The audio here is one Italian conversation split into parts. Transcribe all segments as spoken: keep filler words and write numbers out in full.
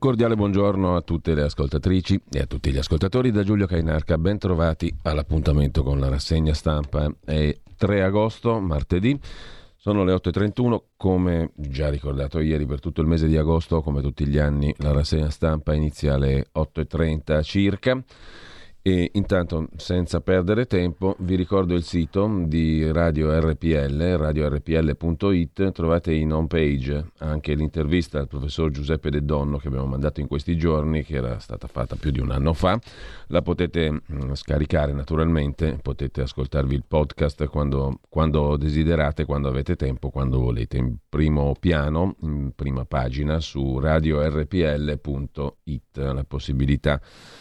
Un cordiale buongiorno a tutte le ascoltatrici e a tutti gli ascoltatori da Giulio Cainarca. Ben trovati all'appuntamento con la rassegna stampa. È tre agosto, martedì, sono le otto e trentuno. Come già ricordato ieri, per tutto il mese di agosto, come tutti gli anni, la rassegna stampa inizia alle otto e trenta circa. E intanto, senza perdere tempo, vi ricordo il sito di Radio R P L, radio r p l punto i t. Trovate in home page anche l'intervista al professor Giuseppe De Donno che abbiamo mandato in questi giorni, che era stata fatta più di un anno fa. La potete mh, scaricare naturalmente, potete ascoltarvi il podcast quando, quando desiderate, quando avete tempo, quando volete, in primo piano, in prima pagina su radio r p l punto i t. La possibilità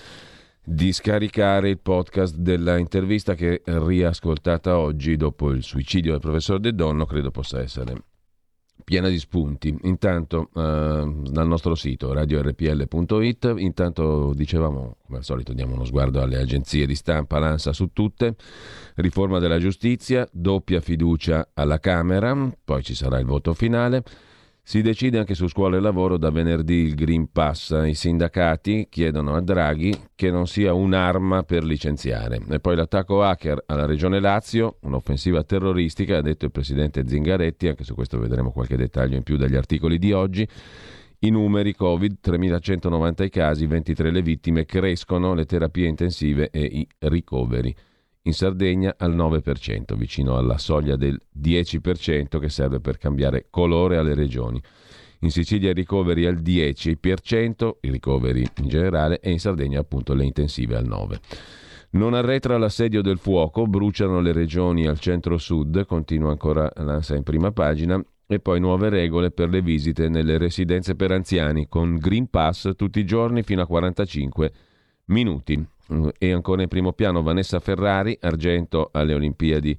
di scaricare il podcast della intervista che riascoltata oggi dopo il suicidio del professor De Donno credo possa essere piena di spunti. Intanto eh, dal nostro sito radio r p l punto i t. Intanto dicevamo, come al solito, diamo uno sguardo alle agenzie di stampa, l'ANSA su tutte. Riforma della giustizia, doppia fiducia alla Camera, poi ci sarà il voto finale. Si decide anche su scuola e lavoro da venerdì il Green Pass. I sindacati chiedono a Draghi che non sia un'arma per licenziare. E poi l'attacco hacker alla Regione Lazio, un'offensiva terroristica, ha detto il presidente Zingaretti. Anche su questo vedremo qualche dettaglio in più dagli articoli di oggi. I numeri Covid, tremilacentonovanta i casi, ventitré le vittime, crescono le terapie intensive e i ricoveri. In Sardegna al nove per cento, vicino alla soglia del dieci per cento che serve per cambiare colore alle regioni. In Sicilia i ricoveri al dieci per cento, i ricoveri in generale, e in Sardegna appunto le intensive al nove per cento. Non arretra l'assedio del fuoco, bruciano le regioni al centro-sud, continua ancora l'ANSA in prima pagina, e poi nuove regole per le visite nelle residenze per anziani, con Green Pass tutti i giorni fino a quarantacinque minuti. E ancora in primo piano Vanessa Ferrari, argento alle Olimpiadi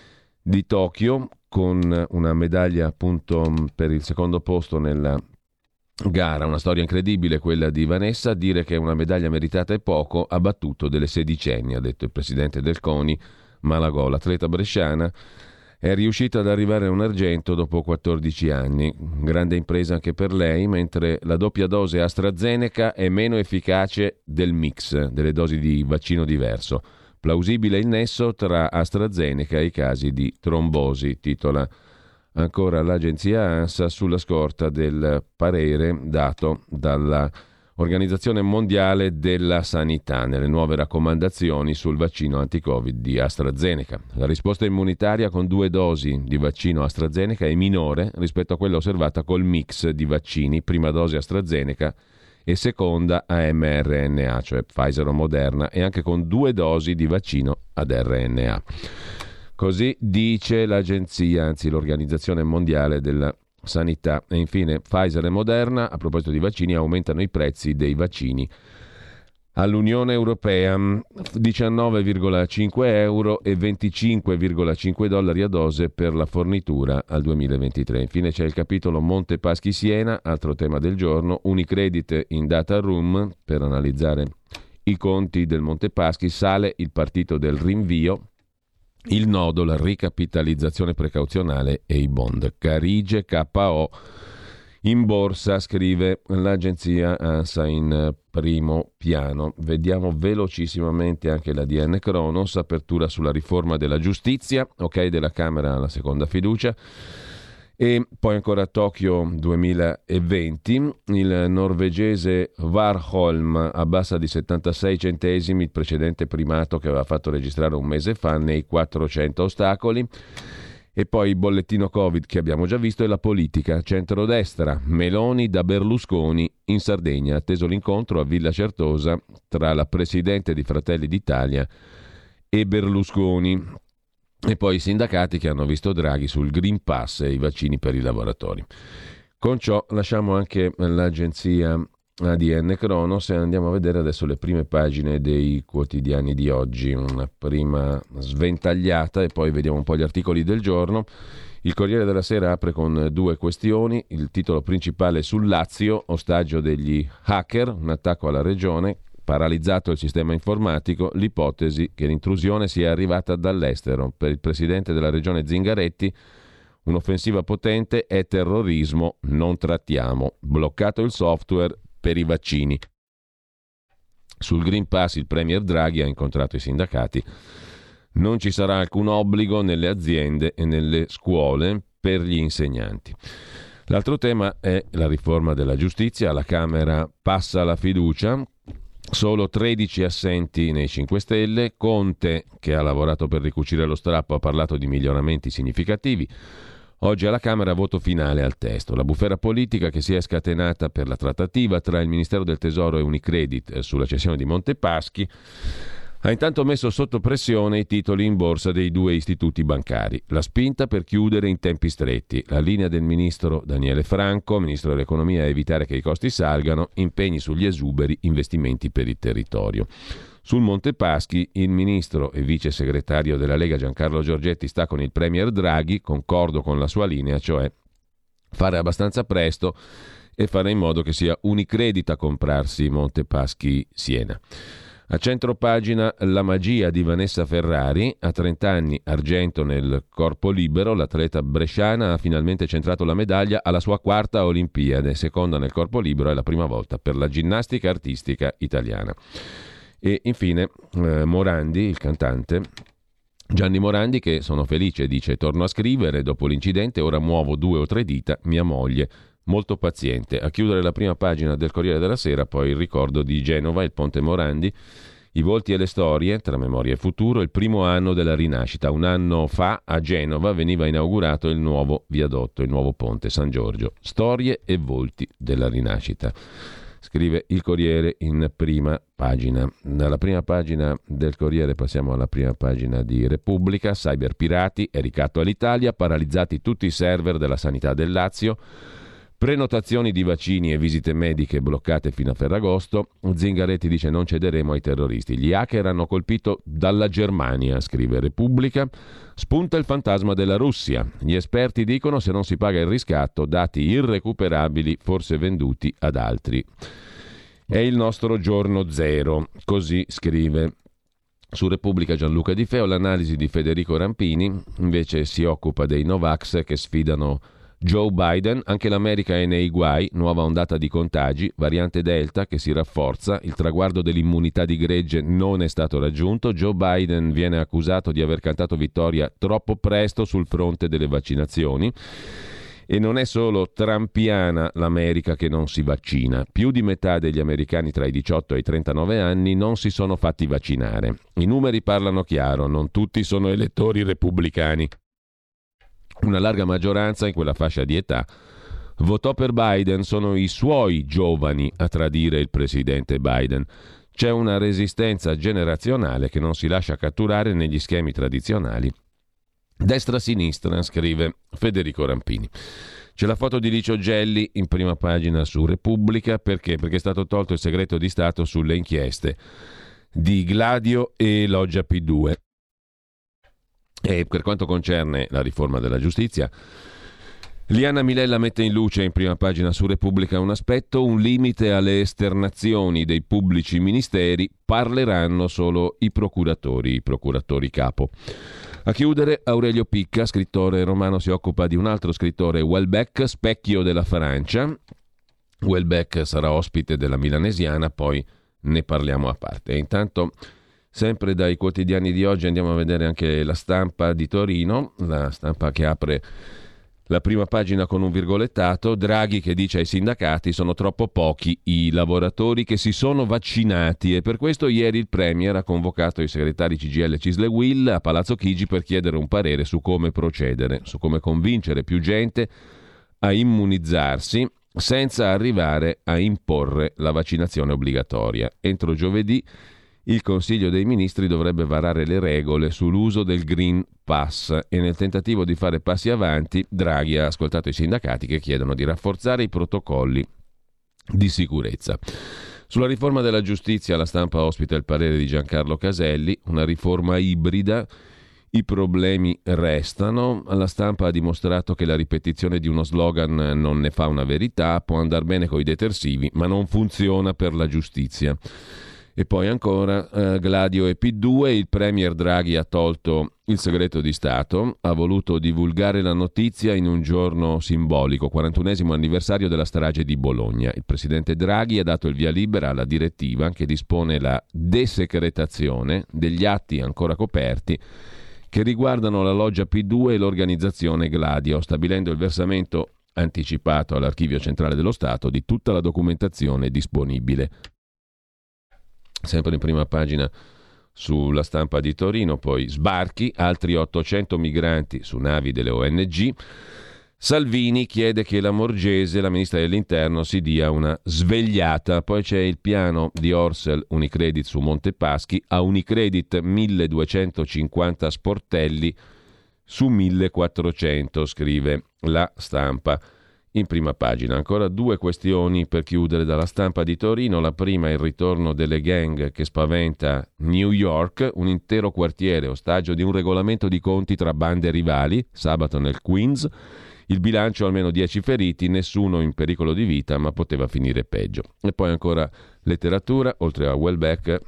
di Tokyo, con una medaglia appunto per il secondo posto nella gara. Una storia incredibile quella di Vanessa. Dire che una medaglia meritata è poco, ha battuto delle sedicenni, ha detto il presidente del CONI Malagò. L'atleta bresciana è riuscita ad arrivare a un argento dopo quattordici anni, grande impresa anche per lei, mentre la doppia dose AstraZeneca è meno efficace del mix delle dosi di vaccino diverso. Plausibile il nesso tra AstraZeneca e i casi di trombosi, titola ancora l'agenzia ANSA sulla scorta del parere dato dalla Organizzazione Mondiale della Sanità nelle nuove raccomandazioni sul vaccino anti-Covid di AstraZeneca. La risposta immunitaria con due dosi di vaccino AstraZeneca è minore rispetto a quella osservata col mix di vaccini, prima dose AstraZeneca e seconda a mRNA, cioè Pfizer o Moderna, e anche con due dosi di vaccino ad R N A. Così dice l'agenzia, anzi l'Organizzazione Mondiale della Sanità. E infine Pfizer e Moderna, a proposito di vaccini, aumentano i prezzi dei vaccini all'Unione Europea, diciannove virgola cinque euro e venticinque virgola cinque dollari a dose per la fornitura al duemilaventitré. Infine c'è il capitolo Monte Paschi Siena, altro tema del giorno. Unicredit in data room per analizzare i conti del Monte Paschi. Sale il partito del rinvio, il nodo, la ricapitalizzazione precauzionale e i bond. Carige K O in borsa, scrive l'agenzia ANSA in primo piano. Vediamo velocissimamente anche la D N Cronos, apertura sulla riforma della giustizia, ok della Camera alla seconda fiducia. E poi ancora Tokyo duemilaventi, il norvegese Warholm abbassa di settantasei centesimi il precedente primato che aveva fatto registrare un mese fa nei quattrocento ostacoli. E poi il bollettino Covid che abbiamo già visto e la politica, centrodestra, Meloni da Berlusconi in Sardegna, atteso l'incontro a Villa Certosa tra la presidente di Fratelli d'Italia e Berlusconi. E poi i sindacati che hanno visto Draghi sul Green Pass e i vaccini per i lavoratori. Con ciò lasciamo anche l'agenzia A D N Cronos e andiamo a vedere adesso le prime pagine dei quotidiani di oggi. Una prima sventagliata e poi vediamo un po' gli articoli del giorno. Il Corriere della Sera apre con due questioni. Il titolo principale sul Lazio, ostaggio degli hacker, un attacco alla regione. Paralizzato il sistema informatico, l'ipotesi che l'intrusione sia arrivata dall'estero. Per il presidente della regione Zingaretti, un'offensiva potente è terrorismo, non trattiamo. Bloccato il software, per i vaccini. Sul Green Pass il premier Draghi ha incontrato i sindacati. Non ci sarà alcun obbligo nelle aziende e nelle scuole per gli insegnanti. L'altro tema è la riforma della giustizia. La Camera passa la fiducia. Solo tredici assenti nei cinque Stelle. Conte, che ha lavorato per ricucire lo strappo, ha parlato di miglioramenti significativi. Oggi alla Camera voto finale al testo. La bufera politica che si è scatenata per la trattativa tra il Ministero del Tesoro e Unicredit sulla cessione di Monte Paschi ha intanto messo sotto pressione i titoli in borsa dei due istituti bancari. La spinta per chiudere in tempi stretti. La linea del ministro Daniele Franco, ministro dell'Economia, è evitare che i costi salgano, impegni sugli esuberi, investimenti per il territorio. Sul Monte Paschi il ministro e vice segretario della Lega Giancarlo Giorgetti sta con il premier Draghi, concordo con la sua linea, cioè fare abbastanza presto e fare in modo che sia Unicredit a comprarsi Monte Paschi Siena. A centropagina la magia di Vanessa Ferrari, a trenta anni, argento nel corpo libero, l'atleta bresciana ha finalmente centrato la medaglia alla sua quarta Olimpiade, seconda nel corpo libero, è la prima volta per la ginnastica artistica italiana. E infine eh, Morandi, il cantante, Gianni Morandi, che sono felice, dice, torno a scrivere dopo l'incidente, ora muovo due o tre dita, mia moglie, molto paziente. A chiudere la prima pagina del Corriere della Sera, poi il ricordo di Genova, il Ponte Morandi, i volti e le storie, tra memoria e futuro, il primo anno della rinascita. Un anno fa a Genova veniva inaugurato il nuovo viadotto, il nuovo ponte San Giorgio. Storie e volti della rinascita. Scrive il Corriere in prima pagina. Dalla prima pagina del Corriere passiamo alla prima pagina di Repubblica. Cyberpirati e ricatto all'Italia, paralizzati tutti i server della sanità del Lazio. Prenotazioni di vaccini e visite mediche bloccate fino a Ferragosto. Zingaretti dice non cederemo ai terroristi. Gli hacker hanno colpito dalla Germania, scrive Repubblica. Spunta il fantasma della Russia. Gli esperti dicono se non si paga il riscatto, dati irrecuperabili, forse venduti ad altri. È il nostro giorno zero, così scrive su Repubblica Gianluca Di Feo. L'analisi di Federico Rampini invece si occupa dei Novax che sfidano Joe Biden. Anche l'America è nei guai, nuova ondata di contagi, variante Delta che si rafforza, il traguardo dell'immunità di gregge non è stato raggiunto, Joe Biden viene accusato di aver cantato vittoria troppo presto sul fronte delle vaccinazioni. E non è solo trampiana l'America che non si vaccina. Più di metà degli americani tra i diciotto e i trentanove anni non si sono fatti vaccinare. I numeri parlano chiaro, non tutti sono elettori repubblicani. Una larga maggioranza in quella fascia di età votò per Biden, sono i suoi giovani a tradire il presidente Biden. C'è una resistenza generazionale che non si lascia catturare negli schemi tradizionali. Destra-sinistra, scrive Federico Rampini. C'è la foto di Licio Gelli in prima pagina su Repubblica. Perché? Perché è stato tolto il segreto di Stato sulle inchieste di Gladio e Loggia P due. E per quanto concerne la riforma della giustizia, Liana Milella mette in luce in prima pagina su Repubblica un aspetto: un limite alle esternazioni dei pubblici ministeri, parleranno solo i procuratori, i procuratori capo. A chiudere Aurelio Picca, scrittore romano, si occupa di un altro scrittore, Houellebecq, specchio della Francia. Houellebecq sarà ospite della Milanesiana, poi ne parliamo a parte. E intanto, sempre dai quotidiani di oggi, andiamo a vedere anche La Stampa di Torino, la Stampa che apre la prima pagina con un virgolettato: Draghi che dice ai sindacati sono troppo pochi i lavoratori che si sono vaccinati, e per questo ieri il Premier ha convocato i segretari C G I L Cisle Will a Palazzo Chigi per chiedere un parere su come procedere, su come convincere più gente a immunizzarsi senza arrivare a imporre la vaccinazione obbligatoria. Entro giovedì il Consiglio dei Ministri dovrebbe varare le regole sull'uso del Green Pass e nel tentativo di fare passi avanti Draghi ha ascoltato i sindacati che chiedono di rafforzare i protocolli di sicurezza. Sulla riforma della giustizia La Stampa ospita il parere di Giancarlo Caselli, una riforma ibrida, i problemi restano. La Stampa ha dimostrato che la ripetizione di uno slogan non ne fa una verità, può andare bene coi detersivi ma non funziona per la giustizia. E poi ancora eh, Gladio e P due, il premier Draghi ha tolto il segreto di Stato, ha voluto divulgare la notizia in un giorno simbolico, quarantunesimo anniversario della strage di Bologna. Il presidente Draghi ha dato il via libera alla direttiva che dispone la desecretazione degli atti ancora coperti che riguardano la loggia P due e l'organizzazione Gladio, stabilendo il versamento anticipato all'Archivio Centrale dello Stato di tutta la documentazione disponibile. Sempre in prima pagina sulla Stampa di Torino, poi sbarchi, altri ottocento migranti su navi delle O N G. Salvini chiede che la Morgese, la ministra dell'Interno, si dia una svegliata. Poi c'è il piano di Orsel Unicredit su Montepaschi, a Unicredit milleduecentocinquanta sportelli su millequattrocento, scrive la Stampa. In prima pagina ancora due questioni per chiudere dalla Stampa di Torino. La prima è il ritorno delle gang che spaventa New York, un intero quartiere ostaggio di un regolamento di conti tra bande rivali, sabato nel Queens. Il bilancio almeno dieci feriti, nessuno in pericolo di vita, ma poteva finire peggio. E poi ancora letteratura, oltre a Welbeck,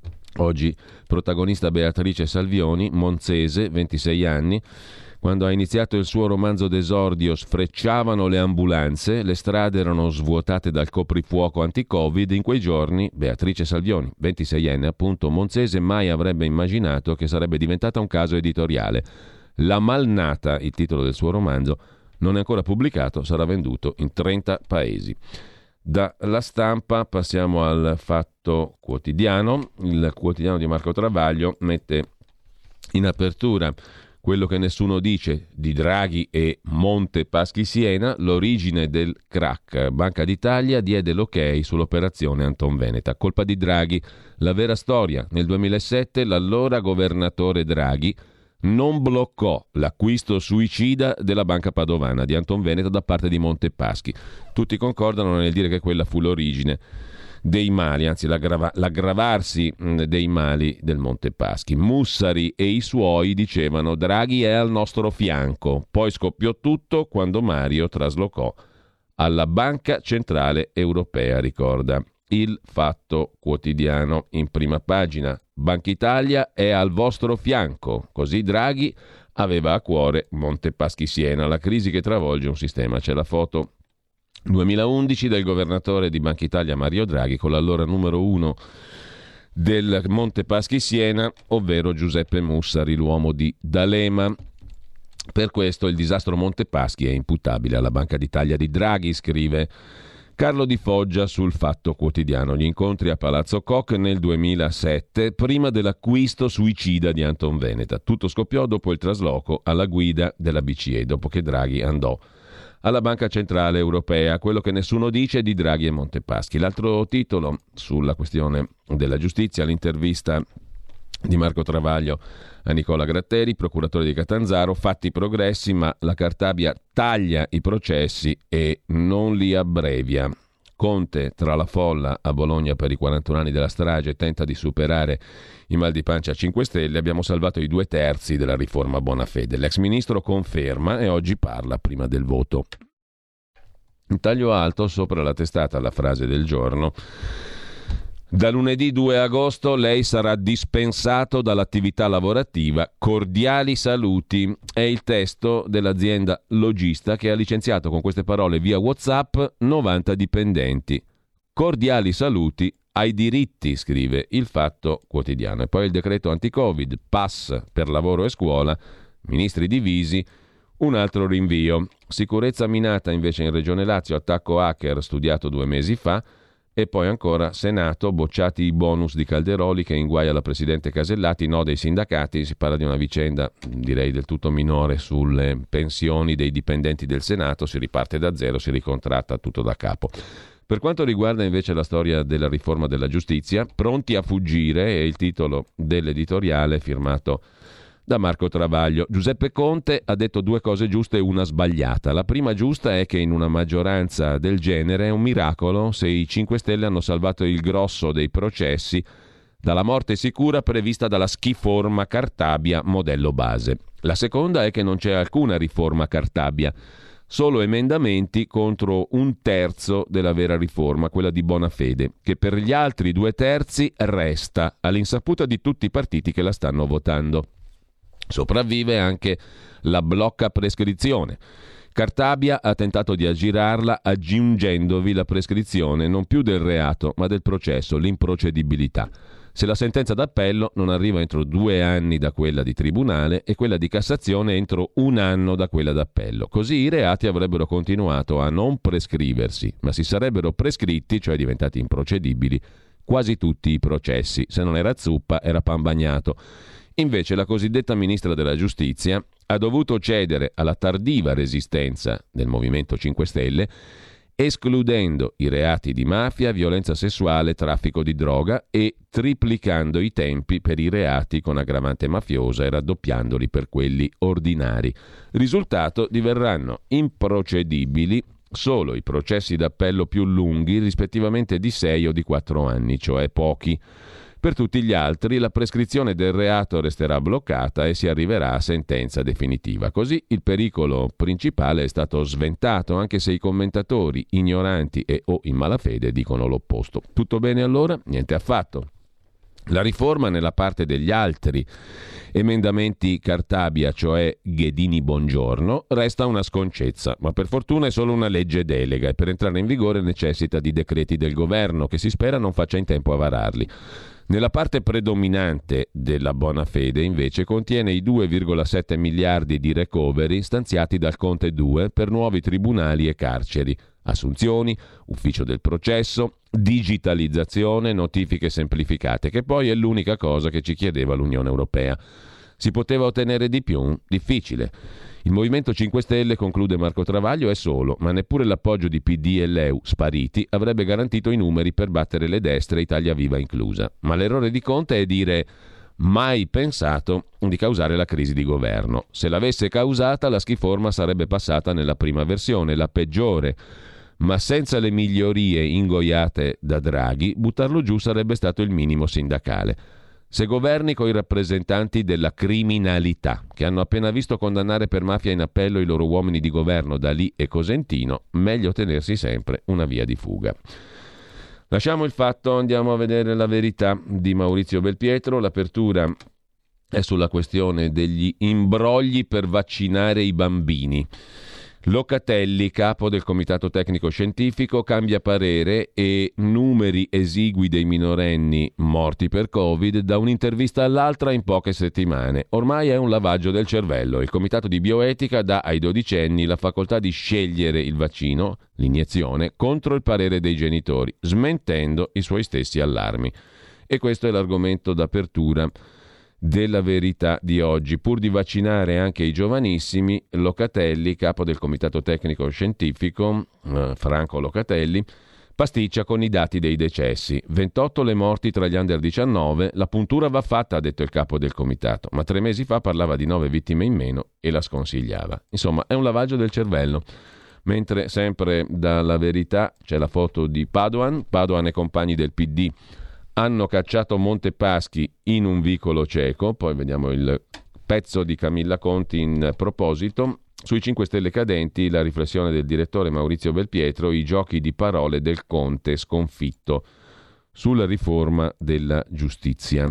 oggi protagonista Beatrice Salvioni, monzese, ventisei anni. Quando ha iniziato il suo romanzo d'esordio sfrecciavano le ambulanze, le strade erano svuotate dal coprifuoco anti-Covid. In quei giorni Beatrice Salvioni, ventiseienne appunto, monzese, mai avrebbe immaginato che sarebbe diventata un caso editoriale. La Malnata, il titolo del suo romanzo, non è ancora pubblicato, sarà venduto in trenta paesi. Dalla Stampa passiamo al Fatto Quotidiano. Il quotidiano di Marco Travaglio mette in apertura quello che nessuno dice di Draghi e Monte Paschi Siena, l'origine del crack. Banca d'Italia diede l'ok sull'operazione Antonveneta. Colpa di Draghi. La vera storia: nel duemilasette l'allora governatore Draghi non bloccò l'acquisto suicida della banca padovana di Antonveneta da parte di Monte Paschi. Tutti concordano nel dire che quella fu l'origine dei mali, anzi l'aggrava- l'aggravarsi dei mali del Monte Paschi. Mussari e i suoi dicevano: Draghi è al nostro fianco. Poi scoppiò tutto quando Mario traslocò alla Banca Centrale Europea, ricorda il Fatto Quotidiano in prima pagina. Banca Italia è al vostro fianco, così Draghi aveva a cuore Monte Paschi Siena, la crisi che travolge un sistema. C'è la foto duemilaundici del governatore di Banca Italia Mario Draghi con l'allora numero uno del Monte Paschi Siena, ovvero Giuseppe Mussari, l'uomo di D'Alema. Per questo il disastro Monte Paschi è imputabile alla Banca d'Italia di Draghi, scrive Carlo Di Foggia sul Fatto Quotidiano. Gli incontri a Palazzo Koch nel duemilasette, prima dell'acquisto suicida di Antonveneta. Tutto scoppiò dopo il trasloco alla guida della B C E, dopo che Draghi andò alla Banca Centrale Europea. Quello che nessuno dice di Draghi e Monte Paschi. L'altro titolo sulla questione della giustizia, l'intervista di Marco Travaglio a Nicola Gratteri, procuratore di Catanzaro. Fatti progressi, ma la Cartabia taglia i processi e non li abbrevia. Conte, tra la folla a Bologna per i quarantuno anni della strage, tenta di superare i mal di pancia a cinque Stelle. Abbiamo salvato i due terzi della riforma Bonafede. L'ex ministro conferma e oggi parla prima del voto. In taglio alto sopra la testata la frase del giorno: da lunedì due agosto lei sarà dispensato dall'attività lavorativa. Cordiali saluti. È il testo dell'azienda logista che ha licenziato con queste parole via WhatsApp novanta dipendenti. Cordiali saluti ai diritti, scrive il Fatto Quotidiano. E poi il decreto anti-Covid, pass per lavoro e scuola, ministri divisi, un altro rinvio. Sicurezza minata invece in Regione Lazio, attacco hacker studiato due mesi fa. E poi ancora Senato, bocciati i bonus di Calderoli che inguaia la Presidente Casellati, no dei sindacati. Si parla di una vicenda direi del tutto minore sulle pensioni dei dipendenti del Senato, si riparte da zero, si ricontratta tutto da capo. Per quanto riguarda invece la storia della riforma della giustizia, pronti a fuggire è il titolo dell'editoriale firmato da Marco Travaglio. Giuseppe Conte ha detto due cose giuste e una sbagliata. La prima giusta è che in una maggioranza del genere è un miracolo se i cinque Stelle hanno salvato il grosso dei processi dalla morte sicura prevista dalla schiforma Cartabia modello base. La seconda è che non c'è alcuna riforma Cartabia. solo emendamenti contro un terzo della vera riforma, quella di Bonafede, che per gli altri due terzi resta all'insaputa di tutti i partiti che la stanno votando. Sopravvive anche la blocca prescrizione. Cartabia ha tentato di aggirarla aggiungendovi la prescrizione non più del reato ma del processo, l'improcedibilità. Se la sentenza d'appello non arriva entro due anni da quella di tribunale e quella di Cassazione entro un anno da quella d'appello. Così i reati avrebbero continuato a non prescriversi, ma si sarebbero prescritti, cioè diventati improcedibili, quasi tutti i processi. Se non era zuppa, era pan bagnato. Invece la cosiddetta ministra della Giustizia ha dovuto cedere alla tardiva resistenza del Movimento cinque Stelle, escludendo i reati di mafia, violenza sessuale, traffico di droga e triplicando i tempi per i reati con aggravante mafiosa e raddoppiandoli per quelli ordinari. Risultato: diverranno improcedibili solo i processi d'appello più lunghi, rispettivamente di sei o di quattro anni, cioè pochi. Per tutti gli altri la prescrizione del reato resterà bloccata e si arriverà a sentenza definitiva. Così il pericolo principale è stato sventato, anche se i commentatori ignoranti e o in malafede dicono l'opposto. Tutto bene allora? Niente affatto. La riforma nella parte degli altri emendamenti Cartabia, cioè Ghedini Bongiorno, resta una sconcezza, ma per fortuna è solo una legge delega e per entrare in vigore necessita di decreti del governo che si spera non faccia in tempo a vararli. Nella parte predominante della Bonafede, invece, contiene i due virgola sette miliardi di recovery stanziati dal Conte due per nuovi tribunali e carceri, assunzioni, ufficio del processo, digitalizzazione, notifiche semplificate, che poi è l'unica cosa che ci chiedeva l'Unione Europea. Si poteva ottenere di più? Difficile. Il Movimento cinque Stelle, conclude Marco Travaglio, è solo, ma neppure l'appoggio di P D e L E U spariti avrebbe garantito i numeri per battere le destre, Italia Viva inclusa. Ma l'errore di Conte è dire mai pensato di causare la crisi di governo. Se l'avesse causata, la schiforma sarebbe passata nella prima versione, la peggiore. Ma senza le migliorie ingoiate da Draghi, buttarlo giù sarebbe stato il minimo sindacale. Se governi coi rappresentanti della criminalità, che hanno appena visto condannare per mafia in appello i loro uomini di governo D'Alì e Cosentino, meglio tenersi sempre una via di fuga. Lasciamo il fatto, andiamo a vedere la verità di Maurizio Belpietro. L'apertura è sulla questione degli imbrogli per vaccinare i bambini. Locatelli, capo del Comitato Tecnico Scientifico, cambia parere e numeri esigui dei minorenni morti per Covid da un'intervista all'altra in poche settimane. Ormai è un lavaggio del cervello. Il Comitato di Bioetica dà ai dodicenni la facoltà di scegliere il vaccino, l'iniezione, contro il parere dei genitori, smentendo i suoi stessi allarmi. E questo è l'argomento d'apertura della verità di oggi. Pur di vaccinare anche i giovanissimi, Locatelli, capo del Comitato Tecnico Scientifico, eh, Franco Locatelli, pasticcia con i dati dei decessi. ventotto le morti tra gli under diciannove, la puntura va fatta, ha detto il capo del comitato, ma tre mesi fa parlava di nove vittime in meno e la sconsigliava. Insomma, è un lavaggio del cervello. Mentre sempre dalla verità c'è la foto di Padoan, Padoan e compagni del P D hanno cacciato Montepaschi in un vicolo cieco. Poi vediamo il pezzo di Camilla Conti in proposito. Sui cinque Stelle cadenti, la riflessione del direttore Maurizio Belpietro, i giochi di parole del Conte sconfitto sulla riforma della giustizia.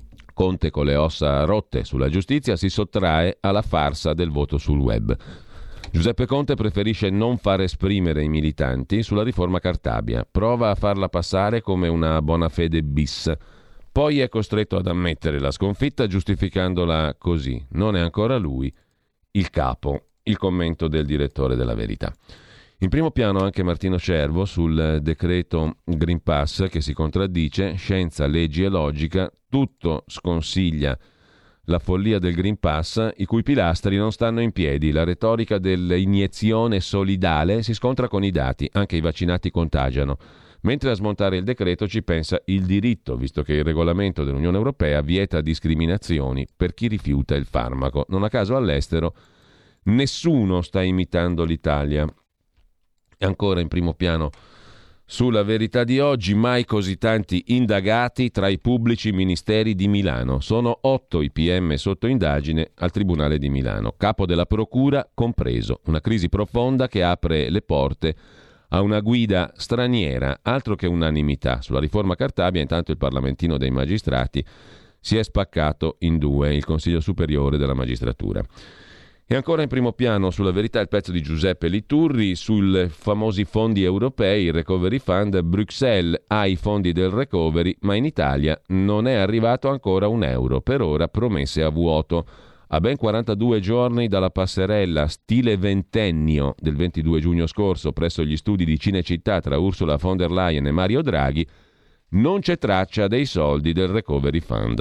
Conte con le ossa rotte sulla giustizia si sottrae alla farsa del voto sul web. Giuseppe Conte preferisce non far esprimere i militanti sulla riforma Cartabia, prova a farla passare come una buona fede bis, poi è costretto ad ammettere la sconfitta giustificandola così: non è ancora lui il capo. Il commento del direttore della Verità. In primo piano anche Martino Cervo sul decreto Green Pass che si contraddice, scienza, leggi e logica, tutto sconsiglia la follia del Green Pass, i cui pilastri non stanno in piedi. La retorica dell'iniezione solidale si scontra con i dati, anche i vaccinati contagiano. Mentre a smontare il decreto ci pensa il diritto, visto che il regolamento dell'Unione Europea vieta discriminazioni per chi rifiuta il farmaco. Non a caso all'estero nessuno sta imitando l'Italia. E ancora in primo piano Sulla Verità di oggi, mai così tanti indagati tra i pubblici ministeri di Milano. Sono otto i P M sotto indagine al Tribunale di Milano, capo della procura compreso. Una crisi profonda che apre le porte a una guida straniera, altro che unanimità. Sulla riforma Cartabia, intanto il Parlamentino dei Magistrati si è spaccato in due, il Consiglio Superiore della Magistratura. E ancora in primo piano sulla Verità il pezzo di Giuseppe Liturri sui famosi fondi europei, il Recovery Fund. Bruxelles ha i fondi del recovery, ma in Italia non è arrivato ancora un euro, per ora promesse a vuoto. A ben quarantadue giorni dalla passerella stile ventennio del ventidue giugno scorso presso gli studi di Cinecittà tra Ursula von der Leyen e Mario Draghi, non c'è traccia dei soldi del Recovery Fund.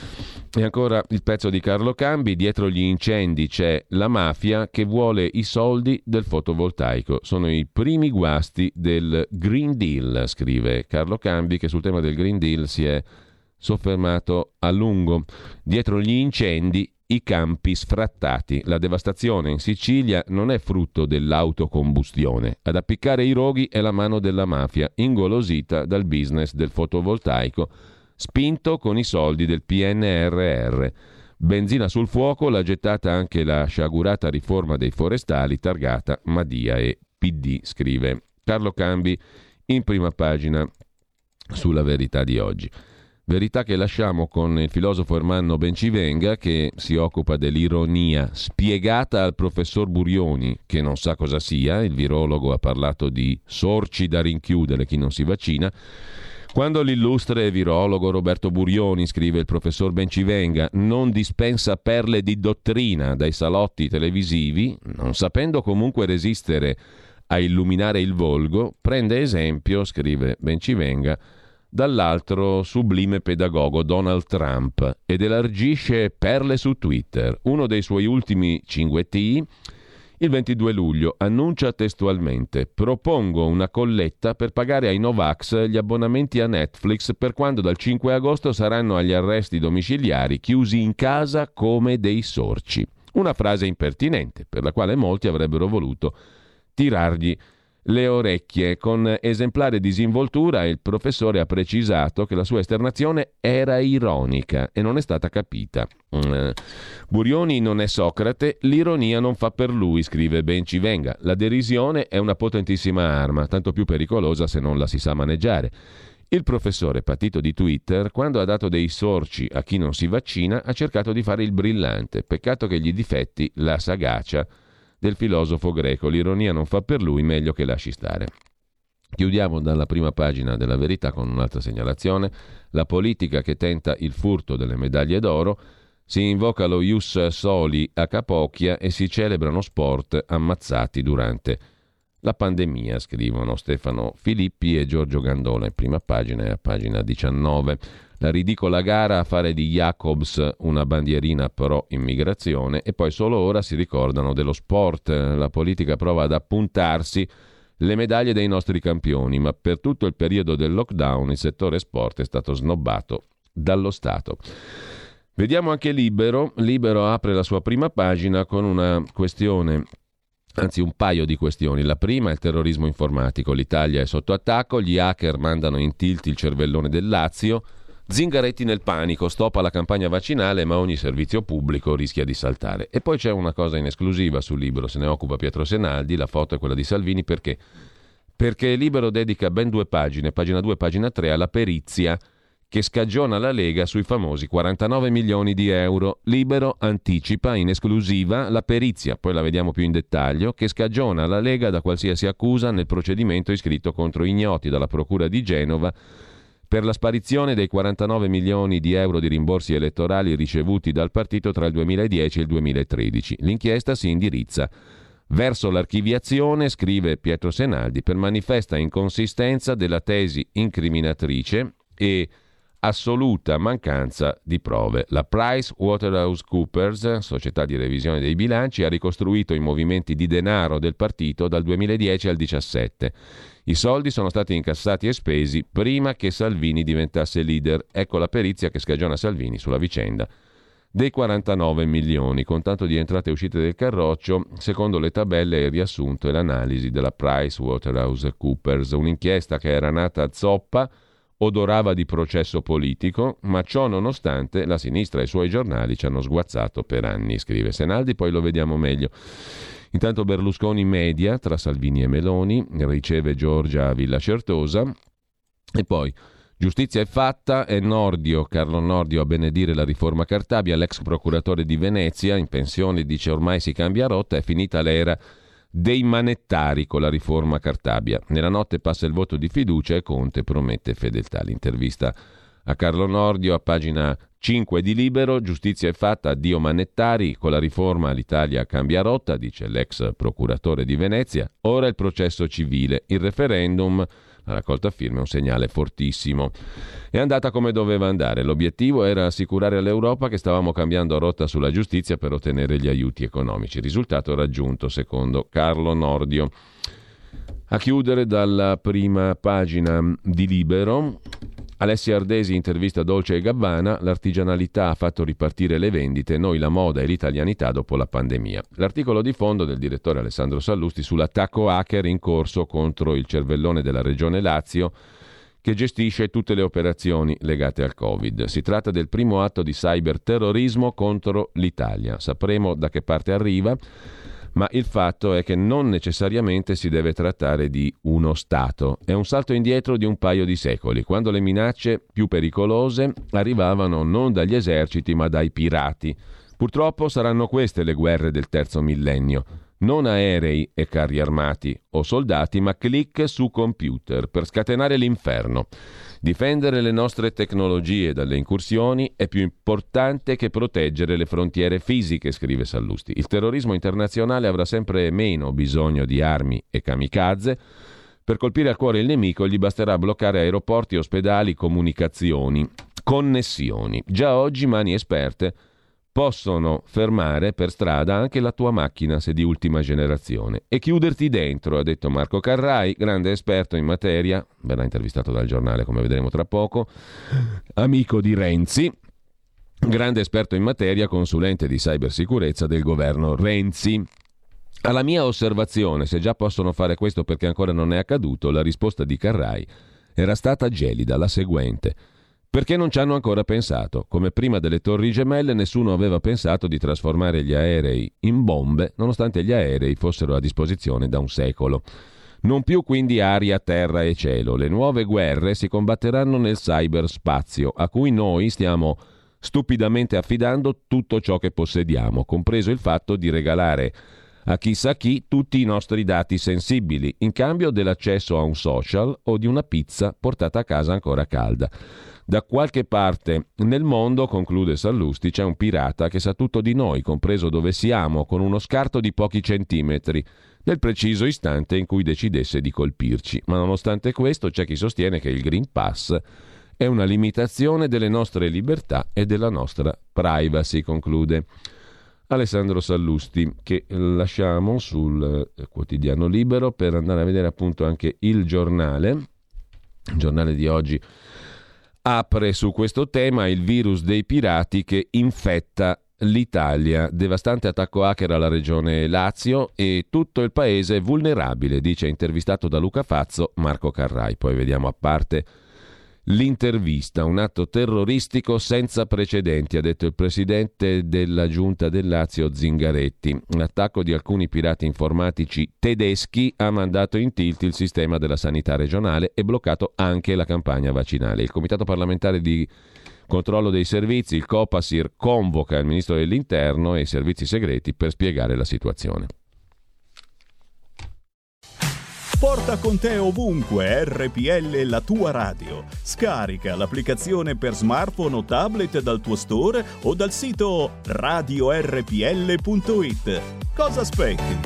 E ancora il pezzo di Carlo Cambi, dietro gli incendi c'è la mafia che vuole i soldi del fotovoltaico. Sono i primi guasti del Green Deal, scrive Carlo Cambi, che sul tema del Green Deal si è soffermato a lungo. Dietro gli incendi i campi sfrattati. La devastazione in Sicilia non è frutto dell'autocombustione. Ad appiccare i roghi è la mano della mafia, ingolosita dal business del fotovoltaico, spinto con i soldi del P N R R. Benzina sul fuoco l'ha gettata anche la sciagurata riforma dei forestali targata Madia e P D, scrive Carlo Cambi in prima pagina sulla Verità di oggi. Verità che lasciamo con il filosofo Ermanno Bencivenga, che si occupa dell'ironia spiegata al professor Burioni, che non sa cosa sia. Il virologo ha parlato di sorci da rinchiudere chi non si vaccina, quando l'illustre virologo Roberto Burioni, scrive il professor Bencivenga, non dispensa perle di dottrina dai salotti televisivi, non sapendo comunque resistere a illuminare il volgo, prende esempio, scrive Bencivenga, dall'altro sublime pedagogo Donald Trump ed elargisce perle su Twitter. Uno dei suoi ultimi cinguettii, il ventidue luglio, annuncia testualmente: propongo una colletta per pagare ai Novax gli abbonamenti a Netflix per quando dal cinque agosto saranno agli arresti domiciliari, chiusi in casa come dei sorci. Una frase impertinente per la quale molti avrebbero voluto tirargli le orecchie. Con esemplare disinvoltura il professore ha precisato che la sua esternazione era ironica e non è stata capita. Mm. Burioni non è Socrate, l'ironia non fa per lui, scrive Bencivenga. La derisione è una potentissima arma, tanto più pericolosa se non la si sa maneggiare. Il professore, patito di Twitter, quando ha dato dei sorci a chi non si vaccina, ha cercato di fare il brillante. Peccato che gli difetti la sagacia del filosofo greco. L'ironia non fa per lui, meglio che lasci stare. Chiudiamo dalla prima pagina della Verità con un'altra segnalazione. La politica che tenta il furto delle medaglie d'oro. Si invoca lo ius soli a Capocchia e si celebrano sport ammazzati durante la pandemia, scrivono Stefano Filippi e Giorgio Gandola in prima pagina e a pagina diciannove. La ridicola gara a fare di Jacobs una bandierina pro immigrazione e poi solo ora si ricordano dello sport. La politica prova ad appuntarsi le medaglie dei nostri campioni, ma per tutto il periodo del lockdown il settore sport è stato snobbato dallo Stato. Vediamo anche Libero. Libero apre la sua prima pagina con una questione, anzi un paio di questioni. La prima è il terrorismo informatico. L'Italia è sotto attacco, gli hacker mandano in tilt il cervellone del Lazio. Zingaretti nel panico, stop alla campagna vaccinale ma ogni servizio pubblico rischia di saltare. E poi c'è una cosa in esclusiva sul Libero, se ne occupa Pietro Senaldi, la foto è quella di Salvini. Perché? Perché Libero dedica ben due pagine, pagina due e pagina tre, alla perizia che scagiona la Lega sui famosi quarantanove milioni di euro. Libero anticipa in esclusiva la perizia, poi la vediamo più in dettaglio, che scagiona la Lega da qualsiasi accusa nel procedimento iscritto contro ignoti dalla Procura di Genova per la sparizione dei quarantanove milioni di euro di rimborsi elettorali ricevuti dal partito tra il duemiladieci e il duemilatredici. L'inchiesta si indirizza verso l'archiviazione, scrive Pietro Senaldi, per manifesta inconsistenza della tesi incriminatrice e assoluta mancanza di prove. La PricewaterhouseCoopers, società di revisione dei bilanci, ha ricostruito i movimenti di denaro del partito dal duemiladieci al diciassette. I soldi sono stati incassati e spesi prima che Salvini diventasse leader. Ecco la perizia che scagiona Salvini sulla vicenda dei quarantanove milioni, con tanto di entrate e uscite del carroccio, secondo le tabelle e il riassunto e l'analisi della PricewaterhouseCoopers, un'inchiesta che era nata a zoppa, odorava di processo politico, ma ciò nonostante la sinistra e i suoi giornali ci hanno sguazzato per anni, scrive Senaldi, poi lo vediamo meglio. Intanto Berlusconi media tra Salvini e Meloni, riceve Giorgia Villa Certosa e poi giustizia è fatta, è Nordio, Carlo Nordio a benedire la riforma Cartabia, l'ex procuratore di Venezia, in pensione, dice ormai si cambia rotta, è finita l'era dei manettari con la riforma Cartabia. Nella notte passa il voto di fiducia e Conte promette fedeltà. L'intervista a Carlo Nordio a pagina cinque di Libero, giustizia è fatta, addio manettari, con la riforma l'Italia cambia rotta, dice l'ex procuratore di Venezia, ora il processo civile, il referendum, la raccolta firme è un segnale fortissimo. È andata come doveva andare. L'obiettivo era assicurare all'Europa che stavamo cambiando rotta sulla giustizia per ottenere gli aiuti economici. Risultato raggiunto, secondo Carlo Nordio. A chiudere dalla prima pagina di Libero, Alessia Ardesi intervista Dolce e Gabbana, l'artigianalità ha fatto ripartire le vendite, noi la moda e l'italianità dopo la pandemia. L'articolo di fondo del direttore Alessandro Sallusti sull'attacco hacker in corso contro il cervellone della regione Lazio che gestisce tutte le operazioni legate al Covid. Si tratta del primo atto di cyberterrorismo contro l'Italia. Sapremo da che parte arriva, ma il fatto è che non necessariamente si deve trattare di uno Stato. È un salto indietro di un paio di secoli, quando le minacce più pericolose arrivavano non dagli eserciti ma dai pirati. Purtroppo saranno queste le guerre del terzo millennio. Non aerei e carri armati o soldati, ma click su computer per scatenare l'inferno. Difendere le nostre tecnologie dalle incursioni è più importante che proteggere le frontiere fisiche, scrive Sallusti. Il terrorismo internazionale avrà sempre meno bisogno di armi e kamikaze. Per colpire al cuore il nemico gli basterà bloccare aeroporti, ospedali, comunicazioni, connessioni. Già oggi mani esperte possono fermare per strada anche la tua macchina se di ultima generazione e chiuderti dentro, ha detto Marco Carrai, grande esperto in materia, verrà intervistato dal giornale come vedremo tra poco, amico di Renzi, grande esperto in materia, consulente di cybersicurezza del governo Renzi. Alla mia osservazione, se già possono fare questo perché ancora non è accaduto, la risposta di Carrai era stata gelida, la seguente: perché non ci hanno ancora pensato. Come prima delle Torri Gemelle nessuno aveva pensato di trasformare gli aerei in bombe, nonostante gli aerei fossero a disposizione da un secolo. Non più quindi aria, terra e cielo. Le nuove guerre si combatteranno nel cyberspazio, a cui noi stiamo stupidamente affidando tutto ciò che possediamo, compreso il fatto di regalare a chissà chi tutti i nostri dati sensibili, in cambio dell'accesso a un social o di una pizza portata a casa ancora calda. Da qualche parte nel mondo, conclude Sallusti, c'è un pirata che sa tutto di noi, compreso dove siamo, con uno scarto di pochi centimetri, nel preciso istante in cui decidesse di colpirci. Ma nonostante questo c'è chi sostiene che il Green Pass è una limitazione delle nostre libertà e della nostra privacy, conclude Alessandro Sallusti, che lasciamo sul quotidiano Libero per andare a vedere appunto anche il giornale. Il giornale di oggi apre su questo tema: il virus dei pirati che infetta l'Italia, devastante attacco hacker alla regione Lazio e tutto il paese è vulnerabile, dice intervistato da Luca Fazzo Marco Carrai. Poi vediamo a parte l'intervista. Un atto terroristico senza precedenti, ha detto il presidente della giunta del Lazio Zingaretti. L'attacco di alcuni pirati informatici tedeschi ha mandato in tilt il sistema della sanità regionale e bloccato anche la campagna vaccinale. Il Comitato parlamentare di controllo dei servizi, il Copasir, convoca il ministro dell'Interno e i servizi segreti per spiegare la situazione. Porta con te ovunque R P L, la tua radio. Scarica l'applicazione per smartphone o tablet dal tuo store o dal sito radio erre pi elle punto it. Cosa aspetti?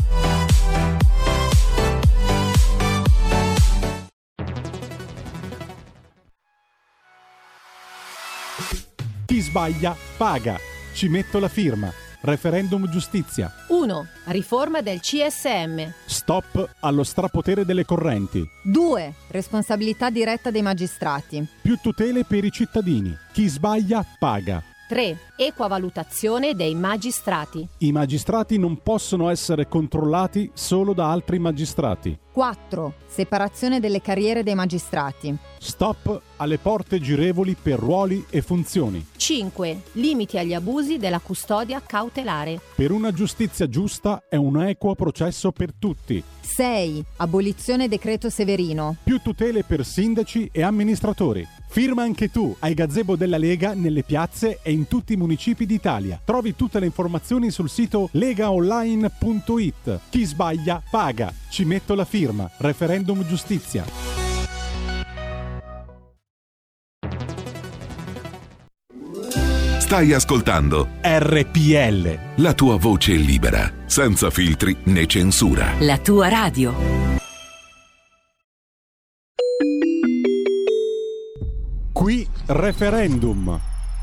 Chi sbaglia paga. Ci metto la firma. Referendum giustizia. uno. Riforma del C S M. Stop allo strapotere delle correnti. due. Responsabilità diretta dei magistrati. Più tutele per i cittadini. Chi sbaglia paga. tre. Equa valutazione dei magistrati. I magistrati non possono essere controllati solo da altri magistrati. quattro. Separazione delle carriere dei magistrati. Stop alle porte girevoli per ruoli e funzioni. cinque. Limiti agli abusi della custodia cautelare. Per una giustizia giusta è un equo processo per tutti. sei. Abolizione decreto Severino. Più tutele per sindaci e amministratori. Firma anche tu ai gazebo della Lega nelle piazze e in tutti i municipi d'Italia. Trovi tutte le informazioni sul sito legaonline punto it. Chi sbaglia paga. Ci metto la firma. Referendum giustizia. Stai ascoltando R P L. la tua voce libera, senza filtri né censura. La tua radio. Qui referendum.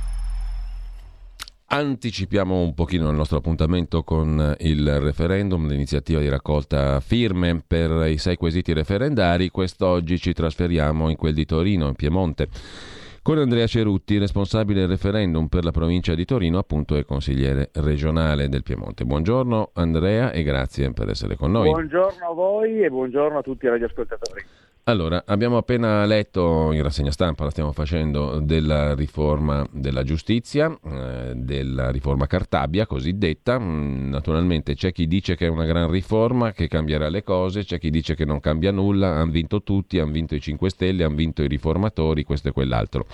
Anticipiamo un pochino il nostro appuntamento con il referendum, l'iniziativa di raccolta firme per i sei quesiti referendari. Quest'oggi ci trasferiamo in quel di Torino, in Piemonte, con Andrea Cerutti, responsabile del referendum per la provincia di Torino, appunto, e consigliere regionale del Piemonte. Buongiorno Andrea e grazie per essere con noi. Buongiorno a voi e buongiorno a tutti i radioascoltatori. Allora, abbiamo appena letto in rassegna stampa, la stiamo facendo, della riforma della giustizia, eh, della riforma Cartabia cosiddetta. Mm, naturalmente c'è chi dice che è una gran riforma, che cambierà le cose, c'è chi dice che non cambia nulla, hanno vinto tutti, hanno vinto i cinque Stelle, hanno vinto i riformatori, questo e quell'altro.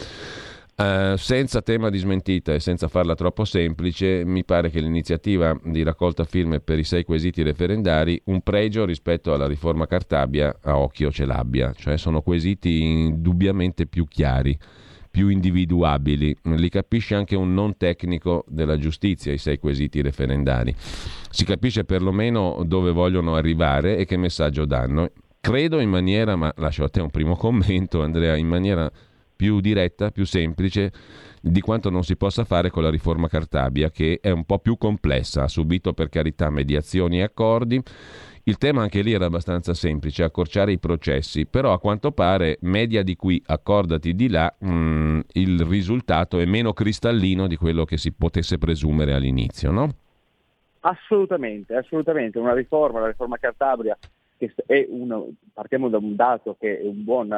Uh, senza tema di smentita e senza farla troppo semplice, mi pare che l'iniziativa di raccolta firme per i sei quesiti referendari un pregio rispetto alla riforma Cartabia a occhio ce l'abbia, cioè sono quesiti indubbiamente più chiari, più individuabili, li capisce anche un non tecnico della giustizia, i sei quesiti referendari, si capisce perlomeno dove vogliono arrivare e che messaggio danno. Credo in maniera, ma lascio a te un primo commento Andrea, in maniera più diretta, più semplice di quanto non si possa fare con la riforma Cartabia, che è un po' più complessa, ha subito per carità mediazioni e accordi. Il tema anche lì era abbastanza semplice, accorciare i processi, però a quanto pare media di qui, accordati di là, mh, il risultato è meno cristallino di quello che si potesse presumere all'inizio, no? Assolutamente, assolutamente. Una riforma, la riforma Cartabia, che è un, partiamo da un dato che è un buon...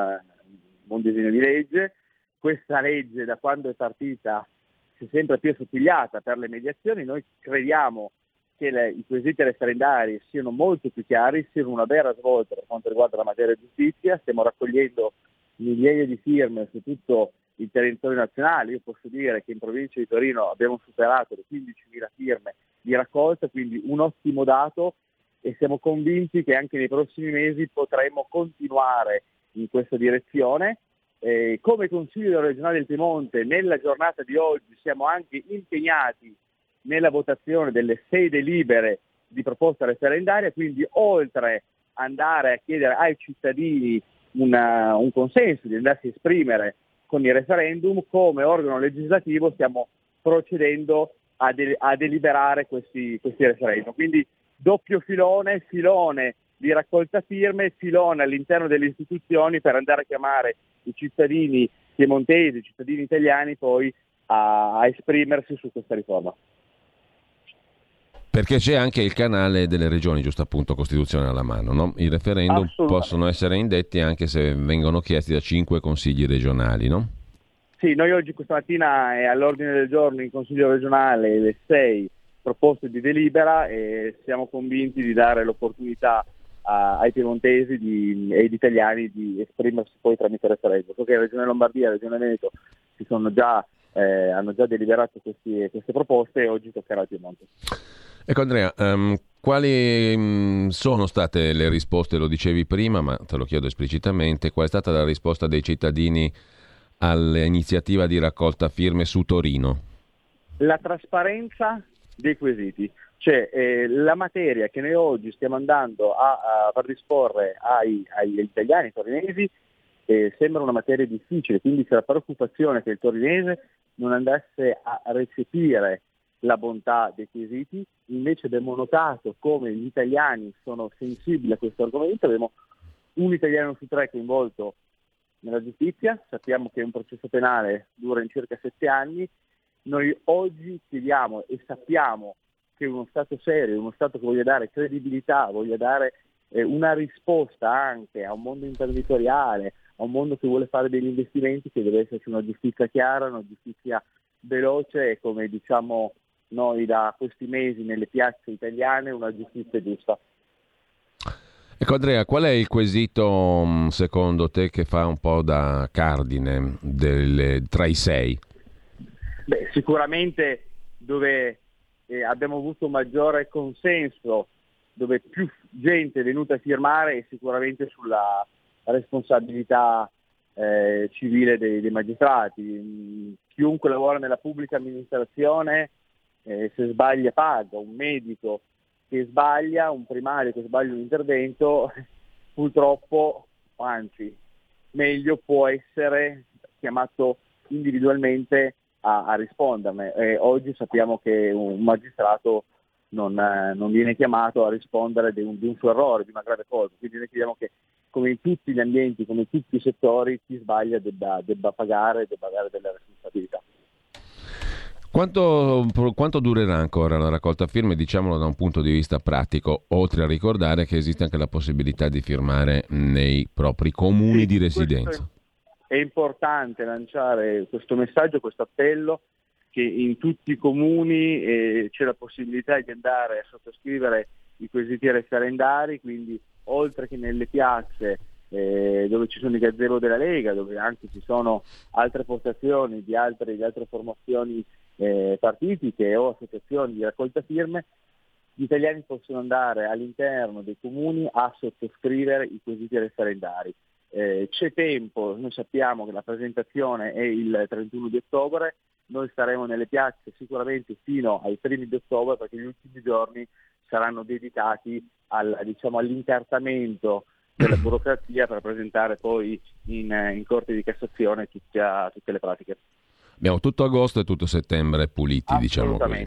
un disegno di legge. Questa legge, da quando è partita, si è sempre più assottigliata per le mediazioni. Noi crediamo che le, i quesiti referendari siano molto più chiari, siano una vera svolta per quanto riguarda la materia giustizia. Stiamo raccogliendo migliaia di firme su tutto il territorio nazionale. Io posso dire che in provincia di Torino abbiamo superato le quindicimila firme di raccolta, quindi un ottimo dato, e siamo convinti che anche nei prossimi mesi potremo continuare in questa direzione. Eh, come Consiglio regionale del Piemonte nella giornata di oggi siamo anche impegnati nella votazione delle sei delibere di proposta referendaria, quindi oltre andare a chiedere ai cittadini una, un consenso di andarsi a esprimere con il referendum, come organo legislativo stiamo procedendo a, de- a deliberare questi, questi referendum. Quindi doppio filone, filone di raccolta firme, filone all'interno delle istituzioni per andare a chiamare i cittadini piemontesi, i cittadini italiani poi a, a esprimersi su questa riforma. Perché c'è anche il canale delle regioni, giusto appunto, Costituzione alla mano, no? I referendum possono essere indetti anche se vengono chiesti da cinque consigli regionali, no? Sì, noi oggi questa mattina è all'ordine del giorno in Consiglio regionale le sei proposte di delibera e siamo convinti di dare l'opportunità a, ai piemontesi di, e agli italiani di esprimersi poi tramite referendum. So che Regione Lombardia e Regione Veneto si sono già, eh, hanno già deliberato questi, queste proposte e oggi toccherà al Piemonte. Ecco Andrea, um, quali um, sono state le risposte? Lo dicevi prima, ma te lo chiedo esplicitamente. Qual è stata la risposta dei cittadini all'iniziativa di raccolta firme su Torino? La trasparenza dei quesiti, cioè eh, la materia che noi oggi stiamo andando a, a far disporre ai, agli italiani torinesi eh, sembra una materia difficile, quindi c'è la preoccupazione che il torinese non andasse a recepire la bontà dei quesiti. Invece abbiamo notato come gli italiani sono sensibili a questo argomento, abbiamo un italiano su tre coinvolto nella giustizia, sappiamo che un processo penale dura in circa sette anni Noi oggi chiediamo e sappiamo che uno Stato serio, uno Stato che voglia dare credibilità, voglia dare eh, una risposta anche a un mondo imprenditoriale, a un mondo che vuole fare degli investimenti, che deve esserci una giustizia chiara, una giustizia veloce e, come diciamo noi da questi mesi nelle piazze italiane, una giustizia giusta. Ecco Andrea, qual è il quesito secondo te che fa un po' da cardine delle, tra i sei? Beh, sicuramente dove eh, abbiamo avuto maggiore consenso, dove più gente è venuta a firmare, è sicuramente sulla responsabilità eh, civile dei, dei magistrati. Chiunque lavora nella pubblica amministrazione, eh, se sbaglia paga. Un medico che sbaglia, un primario che sbaglia un intervento, purtroppo, anzi, meglio, può essere chiamato individualmente a, a risponderne. E oggi sappiamo che un magistrato non, eh, non viene chiamato a rispondere di un, di un suo errore, di una grave cosa. Quindi noi chiediamo che, come in tutti gli ambienti, come in tutti i settori, chi sbaglia debba, debba pagare, debba avere delle responsabilità. Quanto, quanto durerà ancora la raccolta firme, diciamolo da un punto di vista pratico, oltre a ricordare che esiste anche la possibilità di firmare nei propri comuni sì, di residenza? È importante lanciare questo messaggio, questo appello, che in tutti i comuni eh, c'è la possibilità di andare a sottoscrivere i quesiti referendari, quindi oltre che nelle piazze eh, dove ci sono i gazebo della Lega, dove anche ci sono altre postazioni di altre, di altre formazioni Eh, partitiche o associazioni di raccolta firme, gli italiani possono andare all'interno dei comuni a sottoscrivere i quesiti referendari. Eh, c'è tempo, noi sappiamo che la presentazione è il trentuno di ottobre, noi staremo nelle piazze sicuramente fino ai primi di ottobre, perché gli ultimi giorni saranno dedicati al, diciamo, all'incartamento della burocrazia per presentare poi in, in Corte di Cassazione tutta, tutte le pratiche. Abbiamo tutto agosto e tutto settembre puliti, diciamo così.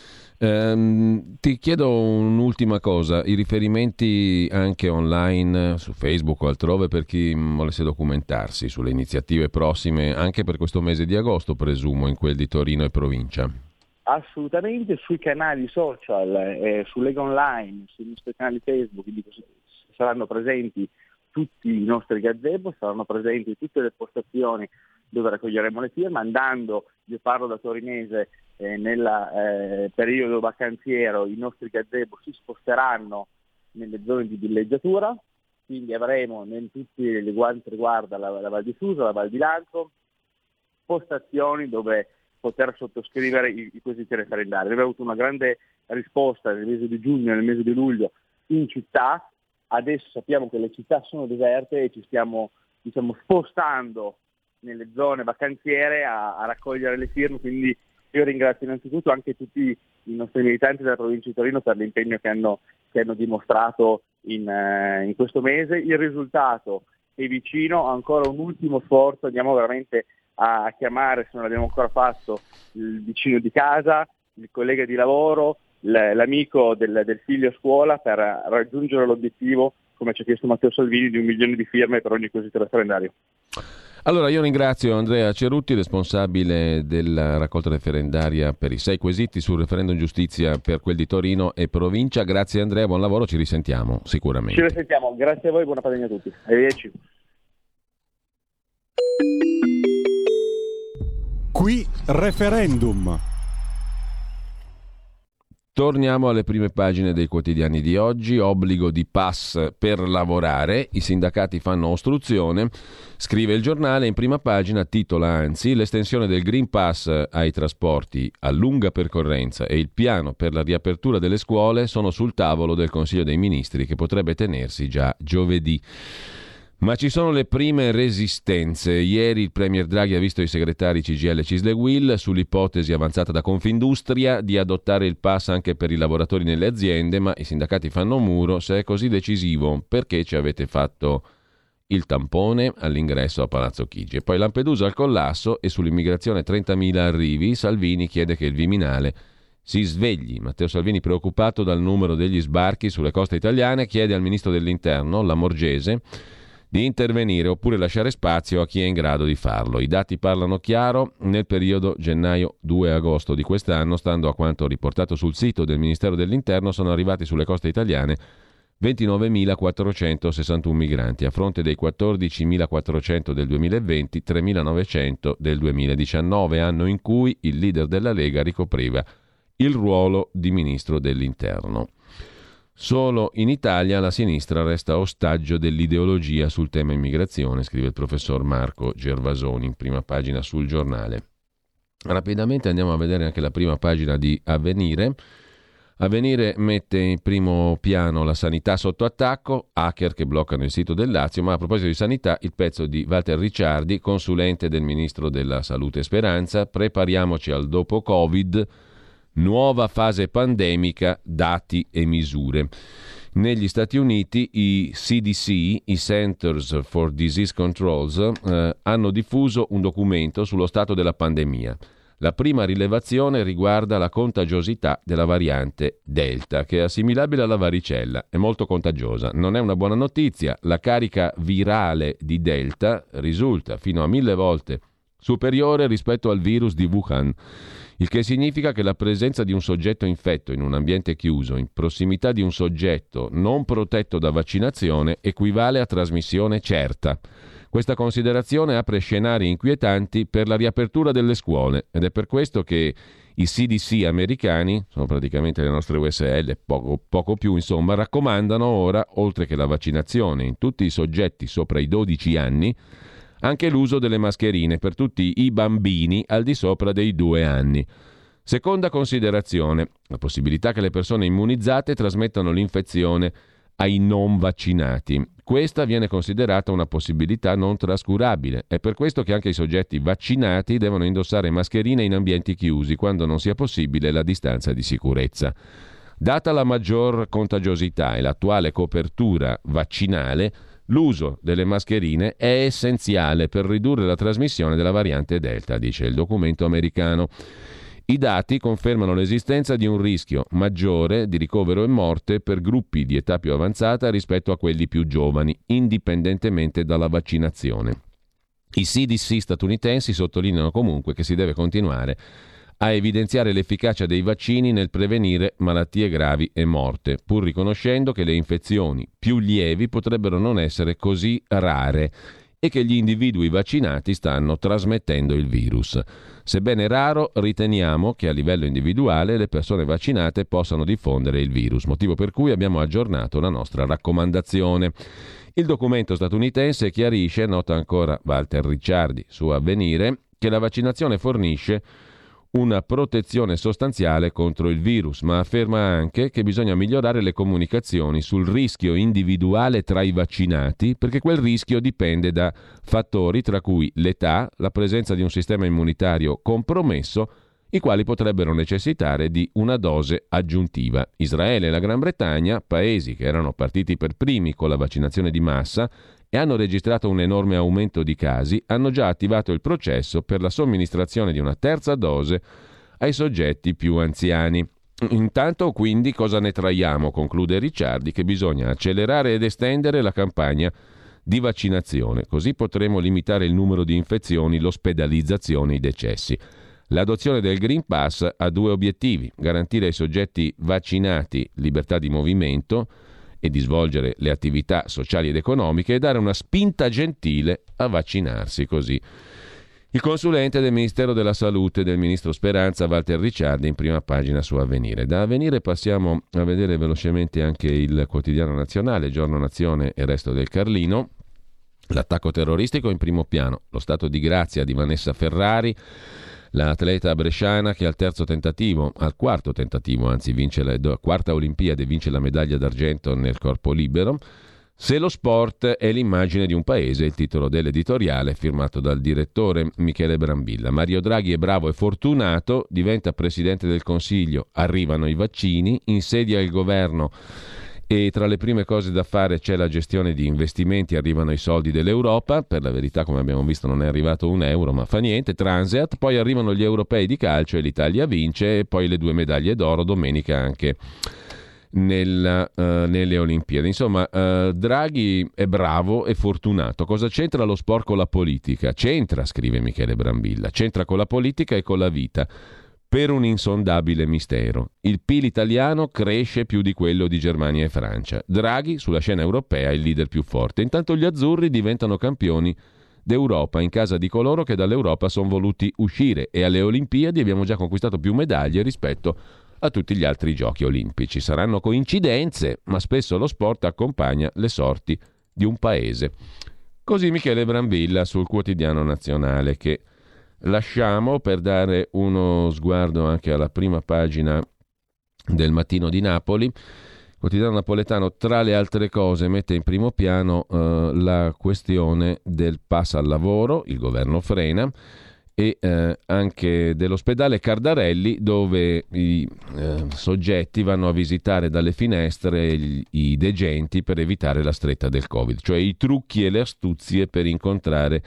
Ehm, ti chiedo un'ultima cosa, i riferimenti anche online su Facebook o altrove per chi volesse documentarsi sulle iniziative prossime anche per questo mese di agosto, presumo, in quel di Torino e provincia? Assolutamente, sui canali social, eh, su Lega Online, sui nostri canali Facebook, saranno presenti tutti i nostri gazebo, saranno presenti tutte le postazioni dove raccoglieremo le firme. Andando, io parlo da torinese, eh, nel eh, periodo vacanziero i nostri gazebo si sposteranno nelle zone di villeggiatura, quindi avremo in tutti le quanto riguarda la, la Val di Susa, la Val di Lanzo, postazioni dove poter sottoscrivere i, i quesiti referendari. Abbiamo avuto una grande risposta nel mese di giugno e nel mese di luglio in città, adesso sappiamo che le città sono deserte e ci stiamo, diciamo, spostando nelle zone vacanziere a, a raccogliere le firme, quindi io ringrazio innanzitutto anche tutti i nostri militanti della provincia di Torino per l'impegno che hanno, che hanno dimostrato in, eh, in questo mese. Il risultato è vicino, ancora un ultimo sforzo, andiamo veramente a, a chiamare, se non l'abbiamo ancora fatto, il vicino di casa, il collega di lavoro, l- l'amico del, del figlio a scuola, per raggiungere l'obiettivo, come ci ha chiesto Matteo Salvini, di un milione di firme per ogni quesito referendario. Allora io ringrazio Andrea Cerutti, responsabile della raccolta referendaria per i sei quesiti sul referendum giustizia per quel di Torino e provincia. Grazie Andrea, buon lavoro, ci risentiamo sicuramente. Ci risentiamo, grazie a voi, buona pandemia a tutti. Arrivederci. Qui referendum. Torniamo alle prime pagine dei quotidiani di oggi. Obbligo di pass per lavorare, i sindacati fanno ostruzione, scrive il giornale in prima pagina, titola anzi: l'estensione del Green Pass ai trasporti a lunga percorrenza e il piano per la riapertura delle scuole sono sul tavolo del Consiglio dei Ministri, che potrebbe tenersi già giovedì. Ma ci sono le prime resistenze. Ieri il premier Draghi ha visto i segretari C G I L, Cisle e U I L sull'ipotesi avanzata da Confindustria di adottare il pass anche per i lavoratori nelle aziende, ma i sindacati fanno muro. Se è così decisivo, perché ci avete fatto il tampone all'ingresso a Palazzo Chigi? E poi Lampedusa al collasso e sull'immigrazione trentamila arrivi. Salvini chiede che il Viminale si svegli. Matteo Salvini, preoccupato dal numero degli sbarchi sulle coste italiane, chiede al ministro dell'Interno, Lamorgese, di intervenire oppure lasciare spazio a chi è in grado di farlo. I dati parlano chiaro: nel periodo gennaio due agosto di quest'anno, stando a quanto riportato sul sito del Ministero dell'Interno, sono arrivati sulle coste italiane ventinovemilaquattrocentosessantuno migranti, a fronte dei quattordicimilaquattrocento del duemilaventi, tremilanovecento del duemiladiciannove, anno in cui il leader della Lega ricopriva il ruolo di ministro dell'Interno. Solo in Italia la sinistra resta ostaggio dell'ideologia sul tema immigrazione, scrive il professor Marco Gervasoni in prima pagina sul Giornale. Rapidamente andiamo a vedere anche la prima pagina di Avvenire. Avvenire mette in primo piano la sanità sotto attacco, hacker che bloccano il sito del Lazio, ma a proposito di sanità il pezzo di Walter Ricciardi, consulente del ministro della Salute e Speranza: prepariamoci al dopo Covid, nuova fase pandemica, dati e misure. Negli Stati Uniti i C D C, i Centers for Disease Controls, eh, hanno diffuso un documento sullo stato della pandemia. La prima rilevazione riguarda la contagiosità della variante Delta, che è assimilabile alla varicella, è molto contagiosa. Non è una buona notizia, la carica virale di Delta risulta fino a mille volte superiore rispetto al virus di Wuhan, il che significa che la presenza di un soggetto infetto in un ambiente chiuso, in prossimità di un soggetto non protetto da vaccinazione, equivale a trasmissione certa. Questa considerazione apre scenari inquietanti per la riapertura delle scuole ed è per questo che i C D C americani, sono praticamente le nostre U S L, poco, poco più insomma, raccomandano ora, oltre che la vaccinazione in tutti i soggetti sopra i dodici anni, anche l'uso delle mascherine per tutti i bambini al di sopra dei due anni. Seconda considerazione, la possibilità che le persone immunizzate trasmettano l'infezione ai non vaccinati. Questa viene considerata una possibilità non trascurabile. È per questo che anche i soggetti vaccinati devono indossare mascherine in ambienti chiusi quando non sia possibile la distanza di sicurezza. Data la maggior contagiosità e l'attuale copertura vaccinale, l'uso delle mascherine è essenziale per ridurre la trasmissione della variante Delta, dice il documento americano. I dati confermano l'esistenza di un rischio maggiore di ricovero e morte per gruppi di età più avanzata rispetto a quelli più giovani, indipendentemente dalla vaccinazione. I C D C statunitensi sottolineano comunque che si deve continuare a evidenziare l'efficacia dei vaccini nel prevenire malattie gravi e morte, pur riconoscendo che le infezioni più lievi potrebbero non essere così rare e che gli individui vaccinati stanno trasmettendo il virus. Sebbene raro, riteniamo che a livello individuale le persone vaccinate possano diffondere il virus, motivo per cui abbiamo aggiornato la nostra raccomandazione. Il documento statunitense chiarisce, nota ancora Walter Ricciardi su Avvenire, che la vaccinazione fornisce una protezione sostanziale contro il virus, ma afferma anche che bisogna migliorare le comunicazioni sul rischio individuale tra i vaccinati, perché quel rischio dipende da fattori tra cui l'età, la presenza di un sistema immunitario compromesso, i quali potrebbero necessitare di una dose aggiuntiva. Israele e la Gran Bretagna, paesi che erano partiti per primi con la vaccinazione di massa e hanno registrato un enorme aumento di casi, hanno già attivato il processo per la somministrazione di una terza dose ai soggetti più anziani. Intanto, quindi, cosa ne traiamo? Conclude Ricciardi che bisogna accelerare ed estendere la campagna di vaccinazione, così potremo limitare il numero di infezioni, l'ospedalizzazione e i decessi. L'adozione del Green Pass ha due obiettivi: garantire ai soggetti vaccinati libertà di movimento e di svolgere le attività sociali ed economiche e dare una spinta gentile a vaccinarsi. Così il consulente del Ministero della Salute del ministro Speranza, Walter Ricciardi, in prima pagina su Avvenire. Da Avvenire passiamo a vedere velocemente anche il Quotidiano Nazionale, Giorno Nazione e Resto del Carlino. L'attacco terroristico in primo piano, lo stato di grazia di Vanessa Ferrari, l'atleta bresciana che al terzo tentativo, al quarto tentativo anzi, vince la quarta Olimpiade, vince la medaglia d'argento nel corpo libero. Se lo sport è l'immagine di un paese, il titolo dell'editoriale firmato dal direttore Michele Brambilla. Mario Draghi è bravo e fortunato, diventa presidente del Consiglio, arrivano i vaccini, insedia il governo e tra le prime cose da fare c'è la gestione di investimenti, arrivano i soldi dell'Europa, per la verità come abbiamo visto non è arrivato un euro ma fa niente, Transeat, poi arrivano gli europei di calcio e l'Italia vince e poi le due medaglie d'oro, domenica anche nella, uh, nelle Olimpiadi. Insomma, uh, Draghi è bravo e fortunato. Cosa c'entra lo sport con la politica? C'entra, scrive Michele Brambilla, c'entra con la politica e con la vita. Per un insondabile mistero. Il P I L italiano cresce più di quello di Germania e Francia. Draghi, sulla scena europea, è il leader più forte. Intanto gli azzurri diventano campioni d'Europa in casa di coloro che dall'Europa sono voluti uscire, e alle Olimpiadi abbiamo già conquistato più medaglie rispetto a tutti gli altri giochi olimpici. Saranno coincidenze, ma spesso lo sport accompagna le sorti di un paese. Così Michele Brambilla sul Quotidiano Nazionale, che lasciamo per dare uno sguardo anche alla prima pagina del Mattino di Napoli. Il quotidiano napoletano, tra le altre cose, mette in primo piano eh, la questione del pass al lavoro, il governo frena, e eh, anche dell'ospedale Cardarelli, dove i eh, soggetti vanno a visitare dalle finestre gli, i degenti per evitare la stretta del Covid, cioè i trucchi e le astuzie per incontrare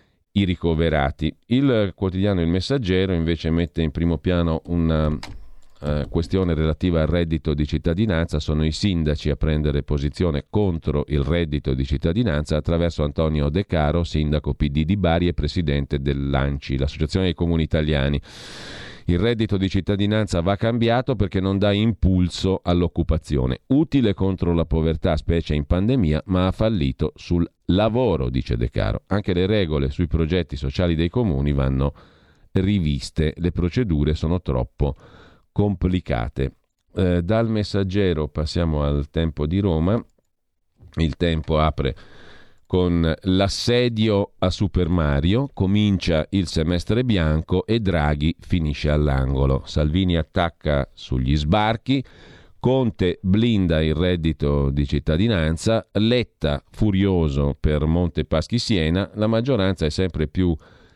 i ricoverati. Il quotidiano Il Messaggero invece mette in primo piano una uh, questione relativa al reddito di cittadinanza. Sono i sindaci a prendere posizione contro il reddito di cittadinanza attraverso Antonio De Caro, sindaco P D di Bari e presidente dell'A N C I, l'Associazione dei Comuni Italiani. Il reddito di cittadinanza va cambiato perché non dà impulso all'occupazione. Utile contro la povertà, specie in pandemia, ma ha fallito sul lavoro, dice De Caro. Anche le regole sui progetti sociali dei comuni vanno riviste. Le procedure sono troppo complicate. Eh, dal Messaggero passiamo al Tempo di Roma. Il Tempo apre con l'assedio a Super Mario, comincia il semestre bianco e Draghi finisce all'angolo. Salvini attacca sugli sbarchi, Conte blinda il reddito di cittadinanza, Letta furioso per Monte Paschi Siena, la maggioranza è sempre più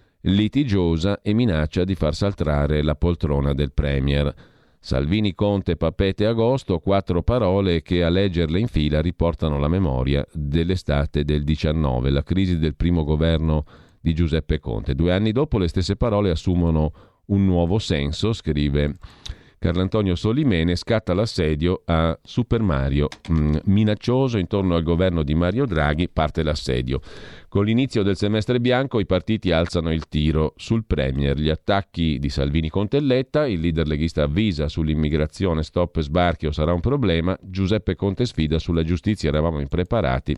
litigiosa e minaccia di far saltare la poltrona del Premier. Salvini, Conte, Pappete, Agosto, quattro parole che a leggerle in fila riportano la memoria dell'estate del diciannove, la crisi del primo governo di Giuseppe Conte. Due anni dopo le stesse parole assumono un nuovo senso, scrive Carlantonio Solimene, scatta l'assedio a Super Mario. Mm, minaccioso intorno al governo di Mario Draghi, parte l'assedio. Con l'inizio del semestre bianco i partiti alzano il tiro sul Premier. Gli attacchi di Salvini contro Letta, il leader leghista avvisa sull'immigrazione, stop sbarchi o sarà un problema, Giuseppe Conte sfida sulla giustizia, eravamo impreparati,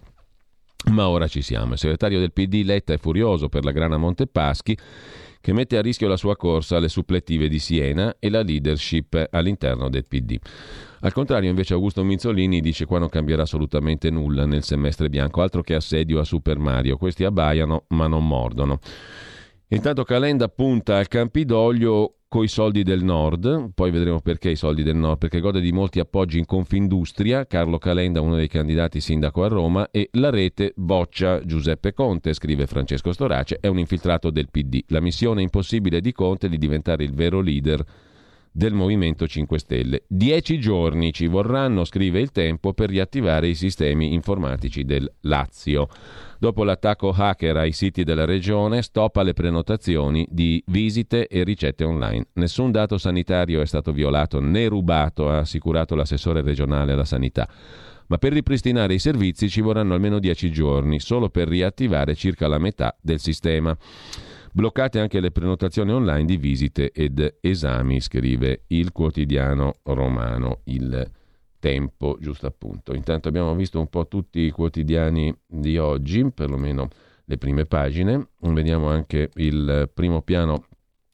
ma ora ci siamo. Il segretario del P D Letta è furioso per la grana Montepaschi, che mette a rischio la sua corsa alle suppletive di Siena e la leadership all'interno del P D. Al contrario, invece, Augusto Minzolini dice qua non cambierà assolutamente nulla nel semestre bianco, altro che assedio a Super Mario. Questi abbaiano ma non mordono. Intanto Calenda punta al Campidoglio coi soldi del Nord, poi vedremo perché i soldi del Nord, perché gode di molti appoggi in Confindustria. Carlo Calenda, uno dei candidati sindaco a Roma, e la rete boccia Giuseppe Conte, scrive Francesco Storace, è un infiltrato del P D. La missione impossibile di Conte è di diventare il vero leader del Movimento cinque Stelle. Dieci giorni ci vorranno, scrive Il Tempo, per riattivare i sistemi informatici del Lazio. Dopo l'attacco hacker ai siti della regione, stop alle prenotazioni di visite e ricette online. Nessun dato sanitario è stato violato né rubato, ha assicurato l'assessore regionale alla sanità. Ma per ripristinare i servizi ci vorranno almeno dieci giorni, solo per riattivare circa la metà del sistema. Bloccate anche le prenotazioni online di visite ed esami, scrive il quotidiano romano Il Tempo, giusto appunto. Intanto abbiamo visto un po' tutti i quotidiani di oggi, perlomeno le prime pagine. Vediamo anche il primo piano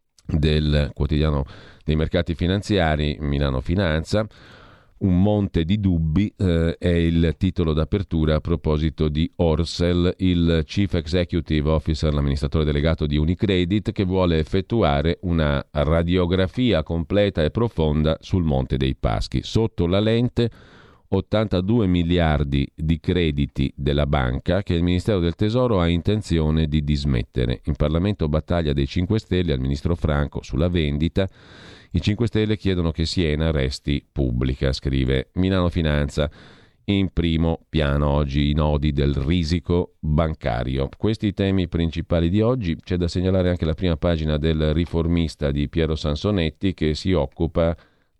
del quotidiano dei mercati finanziari, Milano Finanza. Un monte di dubbi eh, è il titolo d'apertura a proposito di Orsel, il Chief Executive Officer, l'amministratore delegato di Unicredit, che vuole effettuare una radiografia completa e profonda sul Monte dei Paschi. Sotto la lente ottantadue miliardi di crediti della banca che il Ministero del Tesoro ha intenzione di dismettere. In Parlamento battaglia dei cinque Stelle al ministro Franco sulla vendita. I cinque Stelle chiedono che Siena resti pubblica, scrive Milano Finanza. In primo piano oggi i nodi del risico bancario. Questi i temi principali di oggi. C'è da segnalare anche la prima pagina del Riformista di Piero Sansonetti, che si occupa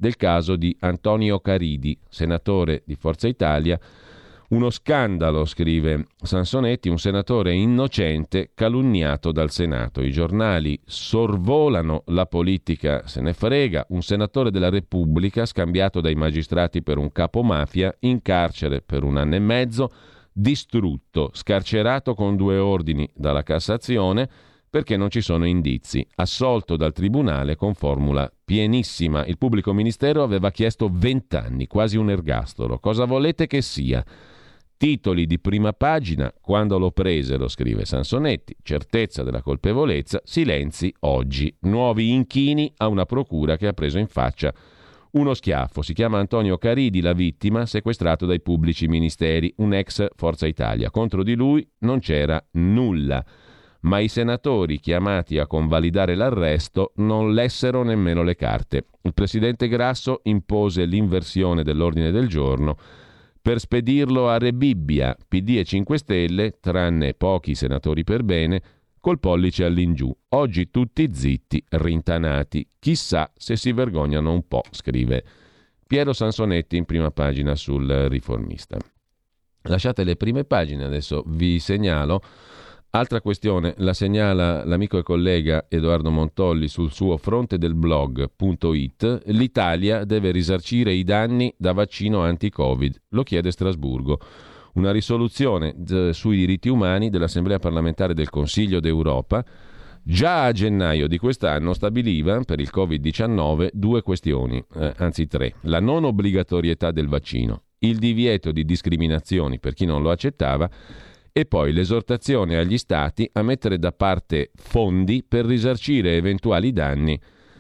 del caso di Antonio Caridi, senatore di Forza Italia. Uno scandalo, scrive Sansonetti, un senatore innocente calunniato dal Senato. I giornali sorvolano, la politica se ne frega, un senatore della Repubblica scambiato dai magistrati per un capomafia, in carcere per un anno e mezzo, distrutto, scarcerato con due ordini dalla Cassazione perché non ci sono indizi, assolto dal Tribunale con formula pienissima. Il pubblico ministero aveva chiesto vent'anni, quasi un ergastolo. Cosa volete che sia? Titoli di prima pagina, quando l'ho prese, lo scrive Sansonetti, certezza della colpevolezza, silenzi oggi, nuovi inchini a una procura che ha preso in faccia uno schiaffo. Si chiama Antonio Caridi, la vittima, sequestrato dai pubblici ministeri, un ex Forza Italia. Contro di lui non c'era nulla, ma i senatori chiamati a convalidare l'arresto non lessero nemmeno le carte. Il presidente Grasso impose l'inversione dell'ordine del giorno per spedirlo a Rebibbia. P D e cinque Stelle, tranne pochi senatori per bene, col pollice all'ingiù. Oggi tutti zitti, rintanati. Chissà se si vergognano un po', scrive Piero Sansonetti in prima pagina sul Riformista. Lasciate le prime pagine, adesso vi segnalo. Altra questione, la segnala l'amico e collega Edoardo Montolli sul suo fronte del blog punto it. L'Italia deve risarcire i danni da vaccino anti-Covid, lo chiede Strasburgo. Una risoluzione d- sui diritti umani dell'Assemblea parlamentare del Consiglio d'Europa già a gennaio di quest'anno stabiliva per il covid diciannove due questioni, eh, anzi tre. La non obbligatorietà del vaccino, il divieto di discriminazioni per chi non lo accettava e poi l'esortazione agli Stati a mettere da parte fondi per risarcire eventuali danni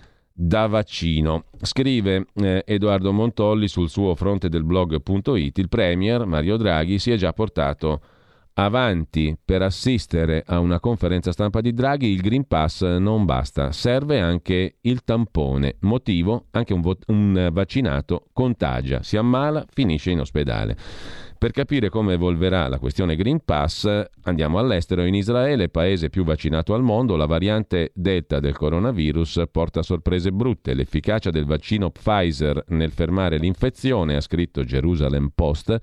da vaccino. Scrive eh, Edoardo Montolli sul suo fronte del blog punto it, il premier Mario Draghi si è già portato avanti per assistere a una conferenza stampa di Draghi. Il Green Pass non basta, serve anche il tampone. Motivo? Anche un, vo- un vaccinato contagia, si ammala, finisce in ospedale. Per capire come evolverà la questione Green Pass andiamo all'estero. In Israele, paese più vaccinato al mondo, la variante Delta del coronavirus porta sorprese brutte. L'efficacia del vaccino Pfizer nel fermare l'infezione, ha scritto Jerusalem Post,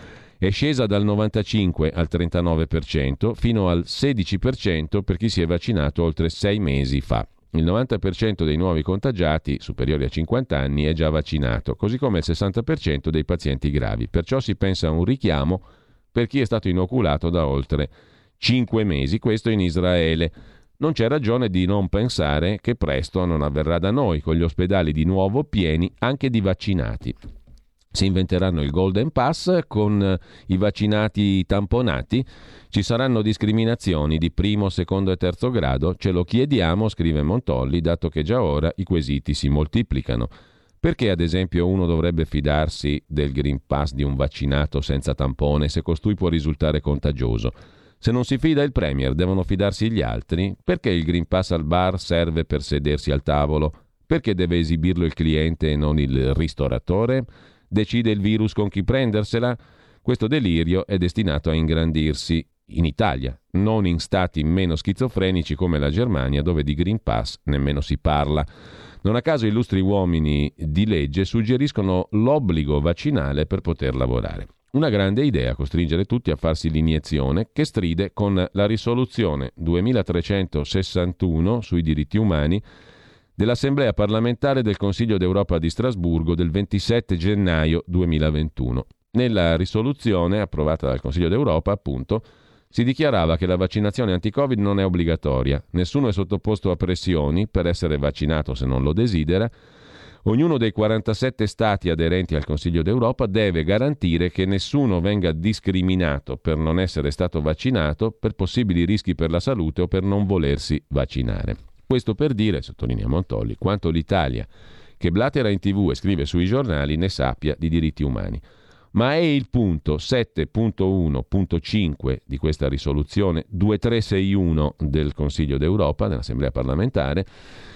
è scesa dal novantacinque al trentanove per cento fino al sedici per cento per chi si è vaccinato oltre sei mesi fa. Il novanta per cento dei nuovi contagiati superiori a cinquanta anni è già vaccinato, così come il sessanta per cento dei pazienti gravi. Perciò si pensa a un richiamo per chi è stato inoculato da oltre cinque mesi, questo in Israele. Non c'è ragione di non pensare che presto non avverrà da noi, con gli ospedali di nuovo pieni anche di vaccinati. Si inventeranno il Golden Pass con i vaccinati tamponati. Ci saranno discriminazioni di primo, secondo e terzo grado? Ce lo chiediamo, scrive Montolli, dato che già ora i quesiti si moltiplicano. Perché, ad esempio, uno dovrebbe fidarsi del Green Pass di un vaccinato senza tampone se costui può risultare contagioso? Se non si fida il Premier, devono fidarsi gli altri? Perché il Green Pass al bar serve per sedersi al tavolo? Perché deve esibirlo il cliente e non il ristoratore? Decide il virus con chi prendersela? Questo delirio è destinato a ingrandirsi in Italia, non in stati meno schizofrenici come la Germania, dove di Green Pass nemmeno si parla. Non a caso illustri uomini di legge suggeriscono l'obbligo vaccinale per poter lavorare. Una grande idea, costringere tutti a farsi l'iniezione, che stride con la risoluzione duemilatrecentosessantuno sui diritti umani dell'Assemblea parlamentare del Consiglio d'Europa di Strasburgo del ventisette gennaio duemilaventuno. Nella risoluzione approvata dal Consiglio d'Europa, appunto, si dichiarava che la vaccinazione anti-Covid non è obbligatoria, nessuno è sottoposto a pressioni per essere vaccinato se non lo desidera. Ognuno dei quarantasette stati aderenti al Consiglio d'Europa deve garantire che nessuno venga discriminato per non essere stato vaccinato, per possibili rischi per la salute o per non volersi vaccinare. Questo per dire, sottolinea Montolli, quanto l'Italia, che blatera in tivù e scrive sui giornali, ne sappia di diritti umani. Ma è il punto sette punto uno punto cinque di questa risoluzione duemilatrecentosessantuno del Consiglio d'Europa, dell'Assemblea parlamentare,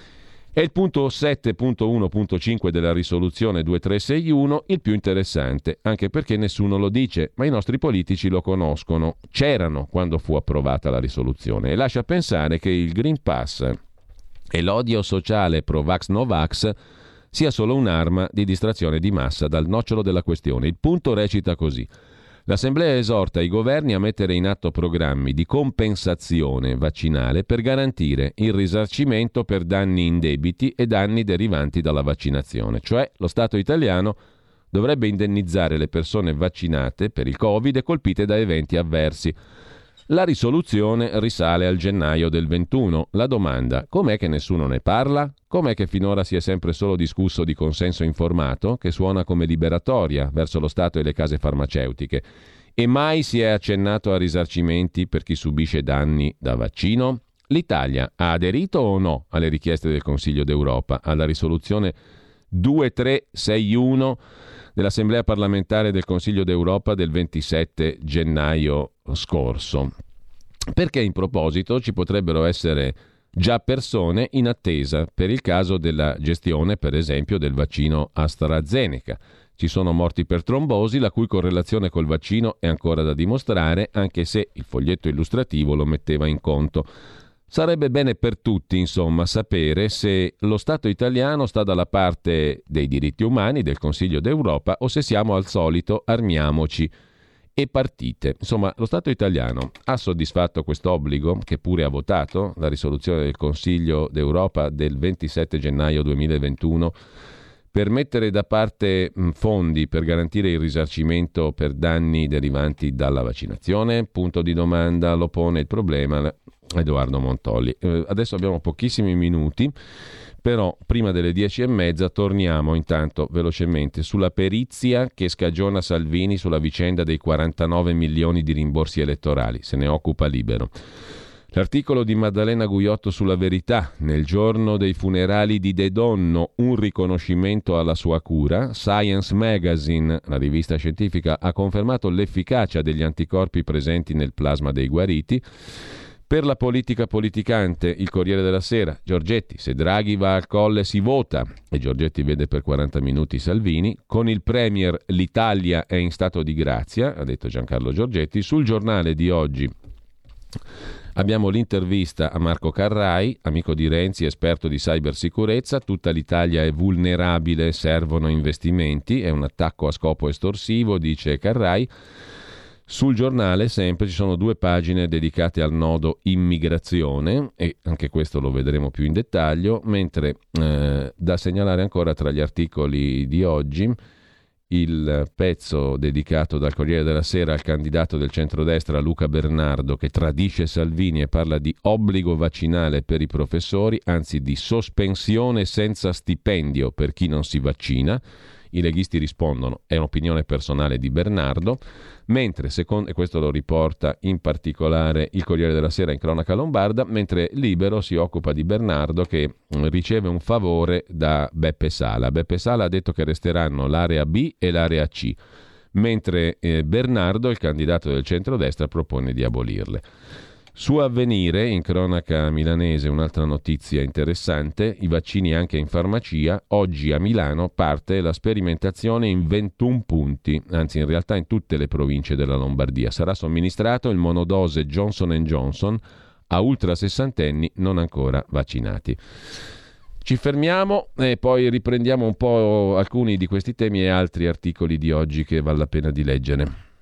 è il punto sette punto uno punto cinque della risoluzione duemilatrecentosessantuno il più interessante, anche perché nessuno lo dice, ma i nostri politici lo conoscono, c'erano quando fu approvata la risoluzione, e lascia pensare che il Green Pass e l'odio sociale pro-vax-no-vax sia solo un'arma di distrazione di massa dal nocciolo della questione. Il punto recita così: l'Assemblea esorta i governi a mettere in atto programmi di compensazione vaccinale per garantire il risarcimento per danni indebiti e danni derivanti dalla vaccinazione, cioè lo Stato italiano dovrebbe indennizzare le persone vaccinate per il Covid e colpite da eventi avversi. La risoluzione risale al gennaio del ventuno. La domanda: com'è che nessuno ne parla? Com'è che finora si è sempre solo discusso di consenso informato, che suona come liberatoria verso lo Stato e le case farmaceutiche, e mai si è accennato a risarcimenti per chi subisce danni da vaccino? L'Italia ha aderito o no alle richieste del Consiglio d'Europa, alla risoluzione due tre sei uno dell'Assemblea parlamentare del Consiglio d'Europa del ventisette gennaio scorso? Perché in proposito ci potrebbero essere già persone in attesa per il caso della gestione, per esempio, del vaccino AstraZeneca. Ci sono morti per trombosi, la cui correlazione col vaccino è ancora da dimostrare, anche se il foglietto illustrativo lo metteva in conto. Sarebbe bene per tutti, insomma, sapere se lo Stato italiano sta dalla parte dei diritti umani del Consiglio d'Europa o se siamo al solito armiamoci e partite. Insomma, lo Stato italiano ha soddisfatto quest'obbligo, che pure ha votato la risoluzione del Consiglio d'Europa del ventisette gennaio duemilaventuno, per mettere da parte fondi per garantire il risarcimento per danni derivanti dalla vaccinazione? Punto di domanda, lo pone il problema Edoardo Montolli. Eh, adesso abbiamo pochissimi minuti, però prima delle dieci e mezza torniamo intanto velocemente sulla perizia che scagiona Salvini sulla vicenda dei quarantanove milioni di rimborsi elettorali. Se ne occupa Libero. L'articolo di Maddalena Guiotto sulla Verità: nel giorno dei funerali di De Donno, un riconoscimento alla sua cura. Science Magazine, la rivista scientifica, ha confermato l'efficacia degli anticorpi presenti nel plasma dei guariti. Per la politica politicante, il Corriere della Sera: Giorgetti, se Draghi va al Colle si vota, e Giorgetti vede per quaranta minuti Salvini. Con il Premier l'Italia è in stato di grazia, ha detto Giancarlo Giorgetti. Sul Giornale di oggi abbiamo l'intervista a Marco Carrai, amico di Renzi, esperto di cybersicurezza. Tutta l'Italia è vulnerabile, servono investimenti, è un attacco a scopo estorsivo, dice Carrai. Sul Giornale sempre ci sono due pagine dedicate al nodo immigrazione, e anche questo lo vedremo più in dettaglio, mentre eh, da segnalare ancora tra gli articoli di oggi il pezzo dedicato dal Corriere della Sera al candidato del centrodestra Luca Bernardo, che tradisce Salvini e parla di obbligo vaccinale per i professori, anzi di sospensione senza stipendio per chi non si vaccina. I leghisti rispondono: è un'opinione personale di Bernardo, mentre, secondo, e questo lo riporta in particolare il Corriere della Sera in cronaca lombarda, mentre Libero si occupa di Bernardo che riceve un favore da Beppe Sala. Beppe Sala ha detto che resteranno l'area B e l'area C, mentre eh, Bernardo, il candidato del centrodestra, propone di abolirle. Su Avvenire, in cronaca milanese, un'altra notizia interessante: i vaccini anche in farmacia. Oggi a Milano parte la sperimentazione in ventuno punti, anzi in realtà in tutte le province della Lombardia. Sarà somministrato il monodose Johnson and Johnson a ultra sessantenni non ancora vaccinati. Ci fermiamo e poi riprendiamo un po' alcuni di questi temi e altri articoli di oggi che vale la pena di leggere.